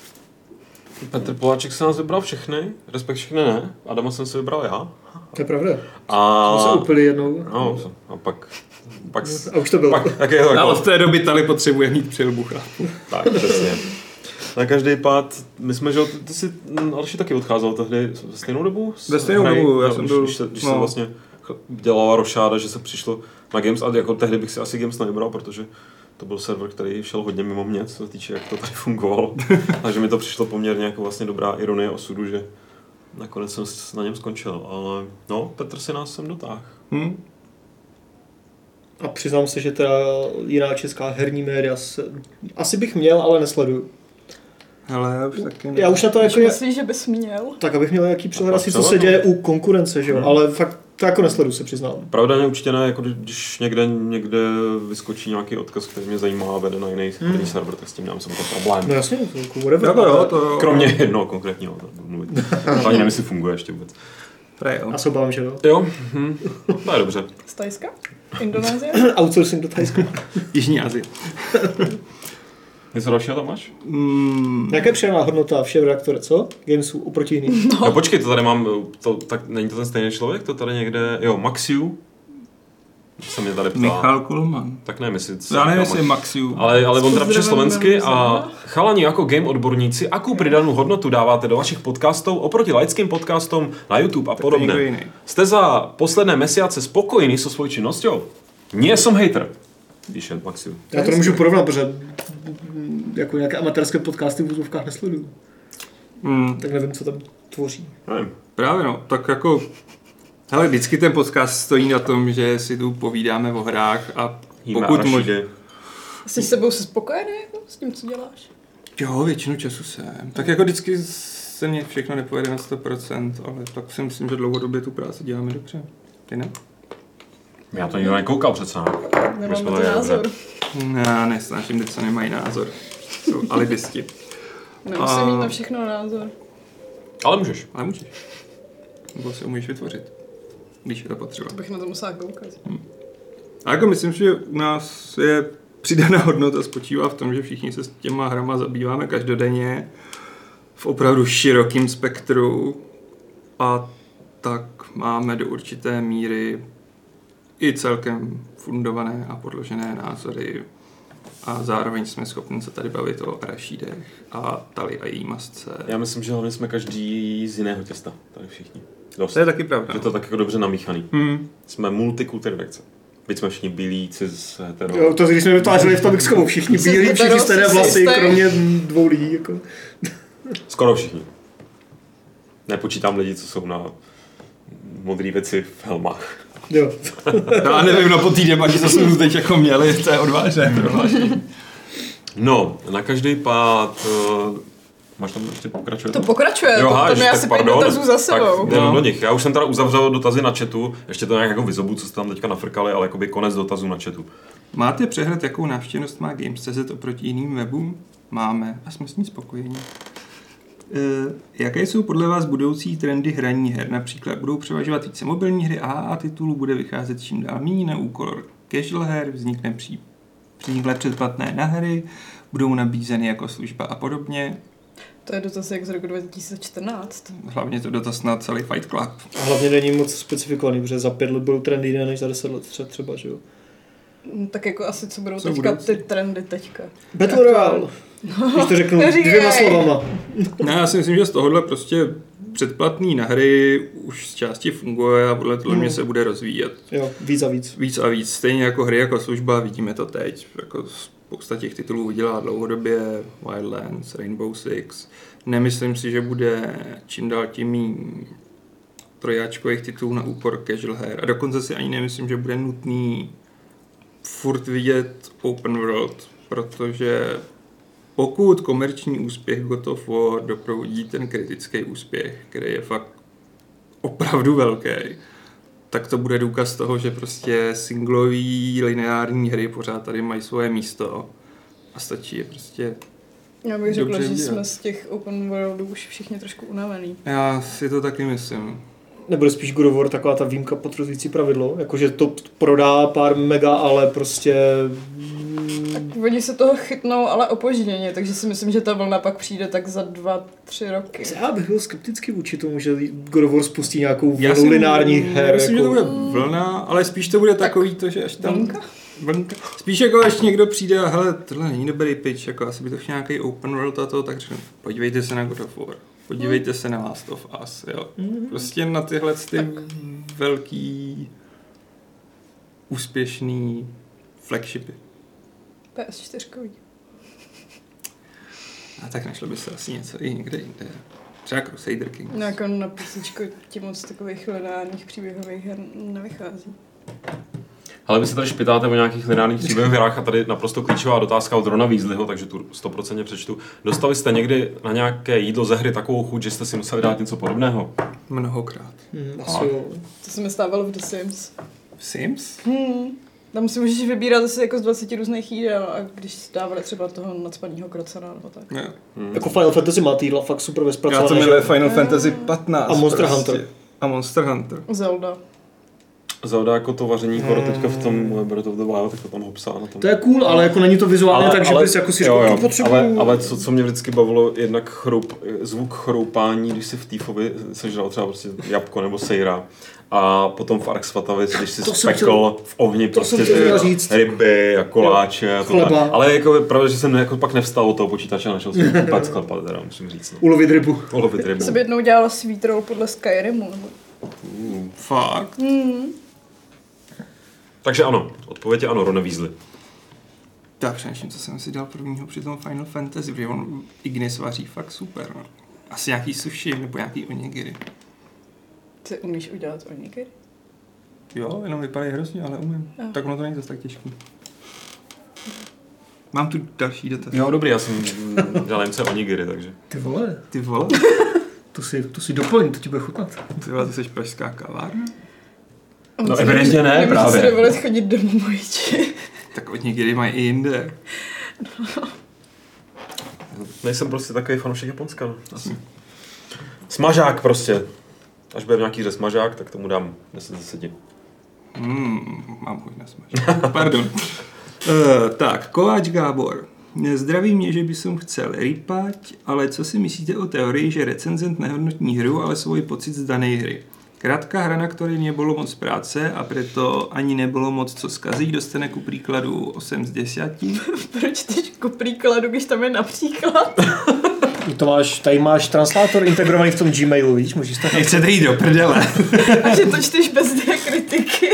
Petr Poláček se nás vybral všechny, respekt všechny ne. Adama jsem si vybral já. To je pravda. A... Jsme se upili jednou. No, a pak... pak A už to bylo. pak, tak je to A jako... od té doby Tali potřebuje mít přilbu, chápu. Tak, přesně. Na každý pád, my jsme, že jo, ty, ty jsi, Alši taky odcházel tehdy ve stejnou dobu? Ve stejnou hry? dobu, já No, jsem když, byl- Když se, když no. se vlastně dělala rošáda, že se přišlo na Games, a jako tehdy bych si asi Games nevybral, protože to byl server, který šel hodně mimo mě, co se týče, jak to tady fungovalo. Takže mi to přišlo poměrně jako vlastně dobrá ironie osudu, že nakonec jsem na něm skončil, ale no, Petr si nás sem dotáhl. Hm? A přiznám se, že teda jiná česká herní média se... asi bych měl, ale nesleduju. Ale já už taky ne. Já už na to Když jako... myslíš, že bys měl? Tak abych měl nějaký přehled A asi, co třeba se to- děje u konkurence, že jo, Hmm. ale fakt to jako nesleduju, se přiznám. Pravda ne, určitě ne, jako když někde, někde vyskočí nějaký odkaz, který mě zajímá a vede na jiný Hmm. hmm. server, tak s tím dám jsem to problém. No jasně, to jako whatever. Jako jo, ale- to jo. Kromě jednoho konkrétního, to budu mluvit. Ani nevím, jestli funguje ještě vůbec. Prej, jo. A se obávám, že jo. Jo, hm. To je dobře. Z Tajska? Indonésie? Outsourcing do Thajska. Jižní Asie. Něco dalšího tam máš? Mm, Jaká je přidaná hodnota v reaktore, co? Gamesů oproti jiným. No. Jo, počkej, to tady mám, to, tak není to ten stejný člověk, to tady někde, jo, Maxiu, se mě tady ptá. Michal Kulman. Tak nevím, jestli... Já nevím, jestli je Maxiu. Ale, ale on teda píše Pozdravím, slovensky a Miloslava. chalani jako game odborníci, jakou přidanou hodnotu dáváte do vašich podcastů oproti laickým podcastům na YouTube a to je někdo podobně? jiný. Jste za posledné mesiace spokojení so svou činností? Nie som hater, píše Maxiu. Já to nemůžu porovnat, protože mm, jako nějaké amatérské podcasty v úzovkách nesleduju. Mm, Tak nevím, co tam tvoří. Nevím. právě no, tak jako... Hele, vždycky ten podcast stojí na tom, že si tu povídáme o hrách a Jíme pokud možná... arašidy. Jsi s sebou se spokojený jako, s tím, co děláš? Jo, většinu času jsem. Tak jako vždycky se mně všechno nepojede na sto procent, ale tak si myslím, že dlouhodobě tu práci děláme dobře. Ty ne? Já to nikdo nekoukal přece. Nemám na to názor. Já nesnáším, teď se nemají názor. Jsou alibisti. Nemusím A- mít na všechno názor. Ale můžeš. Ale můžeš. Nebo si ho můžeš vytvořit. Když je to potřeba. To bych na to musela koukat. A jako myslím, že u nás je přidaná hodnota spočívá v tom, že všichni se s těma hrama zabýváme každodenně v opravdu širokém spektru a tak máme do určité míry i celkem fundované a podložené názory a zároveň jsme schopni se tady bavit o arašídech a Tali a její masce. Já myslím, že hlavně jsme každý z jiného těsta, tady všichni. Dost. To je taky pravda. Je to tak jako dobře namíchaný. Hmm. Jsme multikulturní vekce. Byť jsme všichni bílí, cis, hetero. Jo, to když jsme vytvářeli v tom X-komu, všichni Jsi bílí, všichni hetero, stejné jsi vlasy, jistý? kromě dvou lidí. Jako. Skoro všichni. Nepočítám lidi, co jsou na modrý věci v helmách. Jo. Já nevím, no po té debatě, co jsme tu teď jako měli, to je odvážné prohlášení. No, na každý pád... Uh, máš tam ještě pokračovat? To pokračuje, Jo, to, háž, to mi tak asi pět pardon, dotazů za sebou. Tak jdem No. do nich. Já už jsem teda uzavřel dotazy na chatu, ještě to nějak jako vyzobu, co jste tam teďka nafrkali, ale jakoby konec dotazů na chatu. Máte přehled, jakou návštěvnost má Games tečka cé zet oproti jiným webům? Máme a jsme s ní spokojeni. Uh, jaké jsou podle vás budoucí trendy hraní her? Například budou převažovat více mobilní hry, A A titulů bude vycházet čím dál méně na úkor casual her, vznikne pří, vznikne předplatné na hry, budou nabízeny jako služba a podobně. To je dotaz jak z roku dva tisíce čtrnáct. Hlavně to dotaz na celý Fight Club. A hlavně není moc specifikovaný, protože za pět let budou trendy jiné než za deset let tře- třeba, že jo. No, tak jako asi co budou Co teďka budoucí? ty trendy teďka. Battle Royale. Když to řeknu Neříkej. dvěma slovama. No, já si myslím, že z tohohle prostě předplatný na hry už z části funguje a podle toho mě se bude rozvíjet. Jo, víc a víc. Víc a víc. Stejně jako hry jako služba, vidíme to teď. Jako spousta těch titulů vydělá dlouhodobě, Wildlands, Rainbow Six. Nemyslím si, že bude čím dál tím míň trojáčkových titulů na úkor casual her. A dokonce si ani nemyslím, že bude nutný furt vidět open world, protože pokud komerční úspěch God of War doprovodí ten kritický úspěch, který je fakt opravdu velký, tak to bude důkaz toho, že prostě singlový lineární hry pořád tady mají svoje místo a stačí je prostě... Já bych řekla, Dobře že dělat. jsme z těch open worldů už všichni trošku unavený. Já si to taky myslím. Nebude spíš God of War taková ta výjimka potvrzující pravidlo, jakože to prodá pár mega, ale prostě... Tak oni se toho chytnou, ale opožděně, takže si myslím, že ta vlna pak přijde tak za dva, tři roky. Já bych byl skeptický vůči tomu, že God of War spustí nějakou Já vlnu si lineárních her. Myslím, jako... že to bude vlna, ale spíš to bude takový to, že až tam... Vlnka? Vlnka. Spíš jako až někdo přijde a hele, tohle není dobrý pitch, jako asi by to chtěl nějaký open world a to, tak řeknu, podívejte se na God of War, podívejte se na Last of Us, jo. Prostě na tyhle ty velký, úspěšný flagshipy. P S čtyři. A tak našlo by se asi něco i někde jinde. Třeba Crusader Kings. No jako na písničku ti moc takových lineárních příběhových her nevychází. Ale vy se tady špitáte o nějakých lineárních příběhových hrách a tady naprosto klíčová otázka od Rona Weasleyho, takže tu sto procent přečtu. Dostali jste někdy na nějaké jídlo ze hry takovou chuť, že jste si museli dát něco podobného? Mnohokrát. Hmm, asi jo. To se mi stávalo v The Sims. Sims? Hmm. Tam si můžeš vybírat asi jako z dvaceti různých jídel a když dávali třeba toho nacpanýho krocana nebo tak. Ne. Hmm. Jako Final Fantasy má ty jídla fakt super Já zpracované. to že- miluji Final Fantasy patnáct. A Monster prostě. Hunter. A Monster Hunter. Zelda. Zelda jako to vaření koro teďka v tom Breath of the Wild, tak to tam hopsá na tom. To je cool, ale jako není to vizuálně, takže bys jako si jo, řekl, jo, to potřebuju. ale, ale co, co mě vždycky bavilo, jednak chroup, zvuk chroupání, když si v Týfovi sežral třeba prostě jabko nebo sejra. A potom v Arx Fatalis, když si To jsem spekl chtěl- v ohni to prostě jsem chtěl ty říct. ryby a koláče a tohle. Chleba. Ale jako pravda, že jsem jako pak nevstal od toho počítače a našel jsem vůbec sklepat, teda musím říct. No. Ulovit rybu. Ulovit rybu. Jsem jednou dělala sweet roll podle Skyrimu. Nebo... Uh. Fakt? Hmm. Takže ano, odpověď je ano, Ron Weasley. Já přemýšlím, co jsem si dal prvního při tom Final Fantasy, protože on Ignis vaří fakt super. No. Asi nějaký sushi nebo nějaký onigiri. Ty umíš udělat onigiri? Jo, jenom vypadají hrozně, ale umím. Jo. Tak ono to není zase tak těžký. Mám tu další dotaz. Jo, dobrý, já jsem dělal jen se onigiri, takže. Ty vole, Ty vole, to si, to si doplň, to ti bude chutnat. ty vole, ty jsi pražská kavárna? No evidentně ne, právě. Nemůžu si dovolit chodit domů, mojiči. Tak od někdy mají i jinde. Nejsem prostě takový fanoušek Japonska, no. Asi. Smažák prostě. Až bude nějaký smažák, tak tomu dám deset z deseti. Hmm, mám chuť na smažák. Pardon. uh, tak, Kováč Gábor. Zdraví mě, že by som chcel rýpať, ale co si myslíte o teorii, že recenzent nehodnotí hru, ale svoj pocit z danej hry? Krátka hra, na ktorej nebolo moc práce a preto ani nebolo moc co skazí, dostane ku príkladu osm z deseti. Proč teď ku příkladu, když tam je například? To máš, tady máš translátor integrovaný v tom Gmailu, víš, můžeš to... Nechcete jít do prdele. A že to čteš bez diakritiky.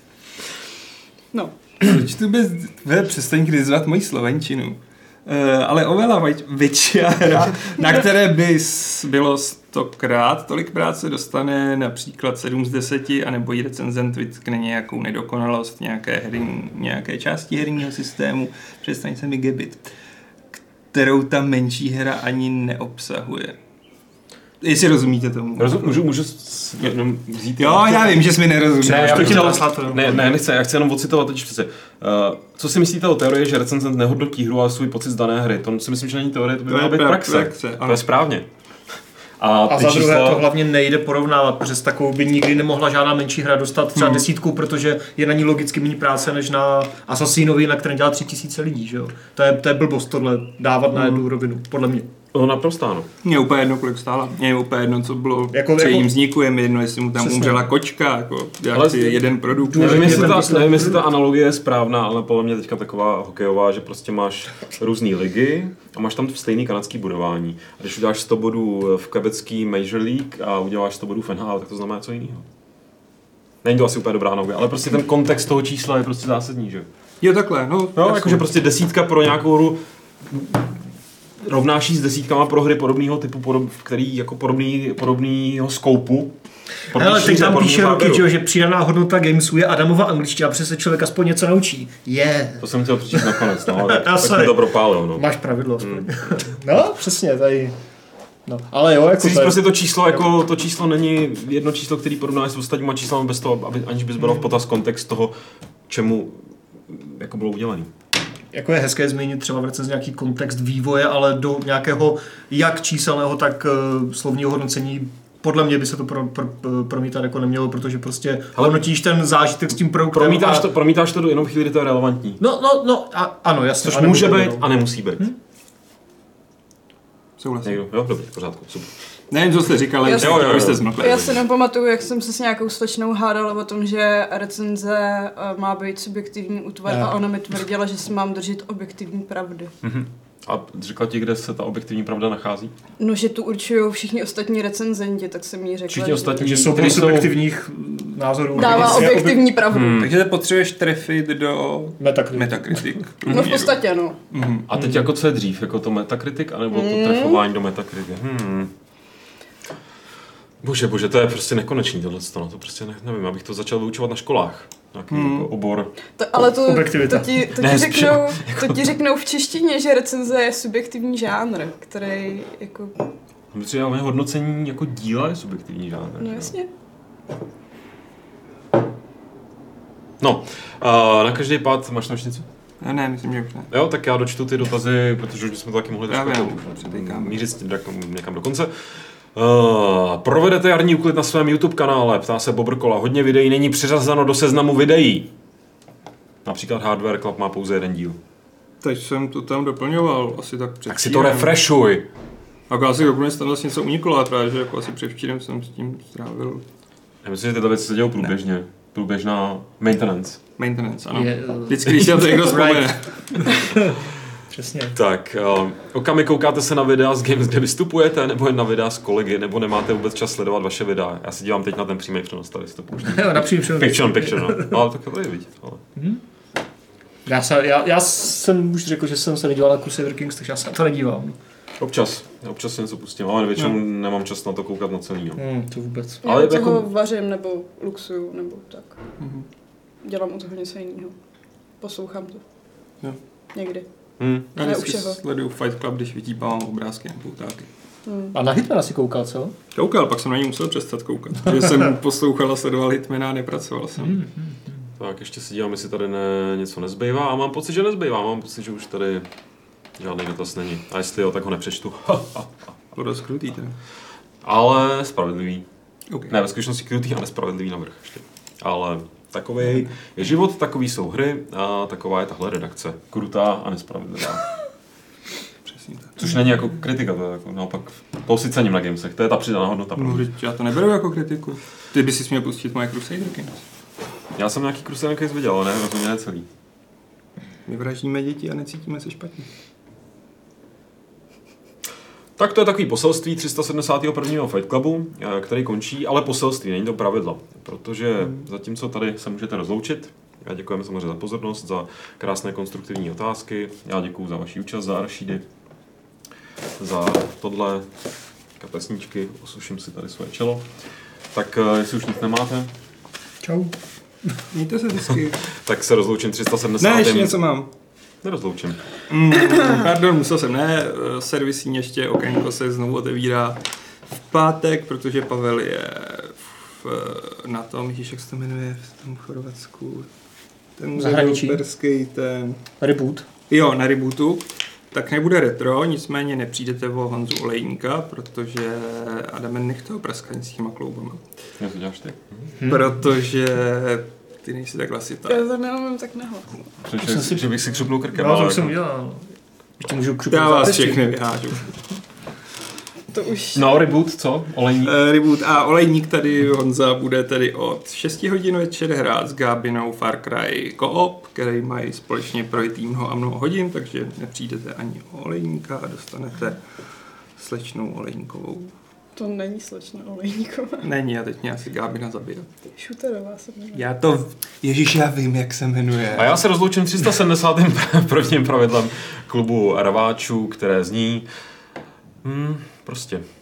No. Proč tu bez... Ve, přestaň kritizovat moji slovenčinu. Uh, ale oveľa větší hra, na které by bylo stokrát tolik práce, dostane například sedm z deseti, anebo i recenzent vytkne nějakou nedokonalost nějaké hry, nějaké části herního systému, přestaň se mi gebit, kterou ta menší hra ani neobsahuje. Jestli rozumíte tomu. Rozum, můžu, můžu jenom vzít... Jo, já vím, že jsi mi nerozuměl. Ne, já bych chtěl ne, ne, nechci, já chci jenom ocitovat teď přece. Uh, co si myslíte o teorii, že recenzent nehodnotí hru, ale svůj pocit z dané hry? To si myslím, že není teorie, to by To měla je být pra- praxe. praxe, To ano. je správně. A, A ty za druhé čísla... to hlavně nejde porovnávat, protože s takovou by nikdy nemohla žádná menší hra dostat třeba Hmm. desítku, protože je na ní logicky méně práce než na Assassinovi, na kterém dělá tři tisíce lidí, že jo. To je, to je blbost tohle dávat na jednu rovinu, podle mě. No naprosto ano. Mně je úplně jedno, kolik stála. Mně je úplně jedno, co bylo Jako- při jako- jejím vzniku, je mi jedno, jestli mu tam Přesně. umřela kočka, jako já Ale chci jeden produkt. Nevím jestli, jeden ta, výsledek. nevím, jestli ta analogie je správná, ale podle mě teďka taková hokejová, že prostě máš různé ligy a máš tam stejný kanadský budování. A když uděláš sto bodů v quebecký Major League a uděláš sto bodů v N H L, tak to znamená něco jiného. Není to asi úplně dobrá analogie, ale prostě ten kontext toho čísla je prostě zásadní, že jo? Jo, takhle, no. Jo, jasně. jakože prostě desítka pro nějakou hru rovnáší s desítkama pro hry podobného typu, podob, který jako podobný, podobného skoupu. Ale teď tam píše roky, roky, že přidaná hodnota Gamesu je Adamova angličtina, protože se člověk aspoň něco naučí. Je. Yeah. To jsem chtěl přečíst nakonec, no, tak, Já tak sorry. mi to propálil, no. Máš pravidlo aspoň. Hmm. No, přesně, tady. No, ale jo, jako Chci říct, to je... prostě to číslo, jako to číslo není jedno číslo, který porovnáš s ostatníma číslami bez toho, aby, aniž bys bral v potaz kontext toho, čemu jako bylo udělaný. Jako je hezké změnit třeba v recenzi nějaký kontext vývoje, ale do nějakého jak číselného, tak uh, slovního hodnocení podle mě by se to pro, pro, promítat jako nemělo, protože prostě Ale- hodnotíš ten zážitek s tím produktem. Promítáš a... to, promítáš to jenom chvíli, kdy to je relevantní. No, no, no, a, ano, jasně. Což a může nebude, být no. a nemusí být. Hm? Souhlasím. Někdo? Jo, dobrý, v pořádku, super. Nevím, co jste říkali, Já ale si- Jo, jo, jo. jste zmlkli. Já si nepamatuju, jak jsem se s nějakou slečnou hádala o tom, že recenze eh, má být subjektivní útvar Ne. a ona mi tvrdila, že si mám držet objektivní pravdy. Mhm. A řekla ti, kde se ta objektivní pravda nachází? No, že tu určují všichni ostatní recenzenti, tak jsem jí řekla, Všichni ostatní, Takže jsou kteří podle subjektivních názorů. dává Jasně, objektivní pravdu. Hmm. Takže potřebuješ trefit do Metacritic. Metacritic. No v podstatě, no. Mhm. A teď jako co je dřív, jako to Metacritic, anebo to Hmm. trefování do Metacritic? Hmm. Bože, bože, to je prostě nekonečný tohle, no, to prostě ne, nevím, abych to začal vyučovat na školách. Nějaký Hmm. jako obor. To, ale to, Objektivita. to, ti, to, Ne, ti spíš řeknou, to ti řeknou v češtině, že recenze je subjektivní žánr, který jako, Protože ale hodnocení jako díla je subjektivní žánr. no že jo? jasně. No, uh, na každý pád máš tam ještě něco? Ne, ne, myslím, že už ne. Jo, tak já dočtu ty dotazy, protože už bychom to taky mohli Právě, trošku už přetejkáme. mířit s tím jako někam do konce. Uh, provedete jarní úklid na svém YouTube kanále, ptá se Bobrkola. Hodně videí není přiřazeno do seznamu videí. Například Hardware Club má pouze jeden díl. Teď jsem to tam doplňoval, asi tak před Tak si to týdnem. refreshuj. Jako asi úplně tam vlastně něco uniklo, ale právě, že jako asi předevčírem jsem s tím strávil Já myslím, že tyto věci se dějou průběžně. Průběžná maintenance. maintenance, ano. Je, uh, Vždycky, když se na to někdo vzpomene. Přesně. Tak, uh, okamy koukáte se na videa z Games, kde vystupujete, nebo jen na videa s kolegy, nebo nemáte vůbec čas sledovat vaše videa? Já se dívám teď na ten přímý přenos, tady si to pouští. Jo, například přenos. Picture on picture, no. no ale tak to je vidět. Ale. Já, se, já, já jsem už řekl, že jsem se nedíval na Crusader Kings, takže já se na to nedívám. Občas, občas si něco pustím, ale většinou no. nemám čas na to koukat na celý. No. Hmm, to vůbec. Já Ale ale toho jako- vařím, nebo luxuju, nebo tak. Mhm. Dělám u toho něco jiného. Poslouchám to. Jo. Někdy. Hmm. Já Ne, u vždycky všeho. sleduju Fight Club, když vytípávám obrázky na poutáky. Hmm. A na Hitmana si koukal, co? Koukal, pak jsem na něj musel přestat koukat. Že jsem poslouchal a sledoval Hitmana a nepracoval jsem. Hmm, hmm. Tak ještě si dívám, jestli tady ne, něco nezbývá a mám pocit, že nezbývá. Mám pocit, že už tady žádný dotaz není. A jestli jo, tak ho nepřečtu. To dost krutý teda. Ale spravedlivý. Okay. Ne, ve skutečnosti krutý a nespravedlivý navrch ještě. Ale takový je život, takový jsou hry a taková je tahle redakce. Krutá a nespravedlivá. Přesně tak. Což není jako kritika, to je jako naopak, to si cením na gamesech, to je ta přidaná hodnota. No, já to neberu jako kritiku. Ty bys si měl pustit moje Crusader Kings. Já jsem nějaký Crusader Kings viděl, ale ne, rozhodně ne celý. My vraždíme děti a necítíme se špatně. Tak to je takový poselství tři sta sedmdesát prvního Fight Clubu, který končí, ale poselství, není to pravidlo, protože zatímco tady se můžete rozloučit, já děkujeme samozřejmě za pozornost, za krásné konstruktivní otázky, já děkuju za vaši účast, za Aršídy, za tohle kapesníčky, osuším si tady svoje čelo, tak jestli už nic nemáte, Čau. Mějte se hezky. tak se rozloučím tři sta sedmdesát. Ne, ještě něco mám. Nerozloučím. Mm, pardon, musel jsem, ne, servisní ještě okénko se znovu otevírá v pátek, protože Pavel je v, na tom, ježiš, jak se to jmenuje, v tom Chorvatsku, ten Zahraničí. developerský, ten... Reboot. Jo, na rebootu, tak nebude retro, nicméně nepřijdete o Honzu Olejníka, protože Adam nechtěl praskání s těma kloubama. Já to děláš ty? Hmm. Protože ty nejsi tak hlasitá. Já to neumím tak nahlasno. Přečeš, si... že bych si křupnul krkem. Já to ale už jsem jako- udělal. Ještě můžu křupnout Já vás zápěstí. všechny vyhážu. To už... No, reboot, co? Olejník. Uh, reboot a Olejník tady, Honza, bude tedy od šesti hodin večer hrát s Gábinou Far Cry Co-op, který mají společně projít mnoho a mnoho hodin, takže nepřijdete ani o Olejníka a dostanete slečnou Olejníkovou. To není slečna Olejníková. Není, a teď mě asi Gábina zabije. Šuterová se jmenuje. Já to... Ježíš, já vím, jak se jmenuje. A já se rozloučím tři sta sedmdesátým prvním pravidlem klubu rváčů, které zní... Hmm, prostě...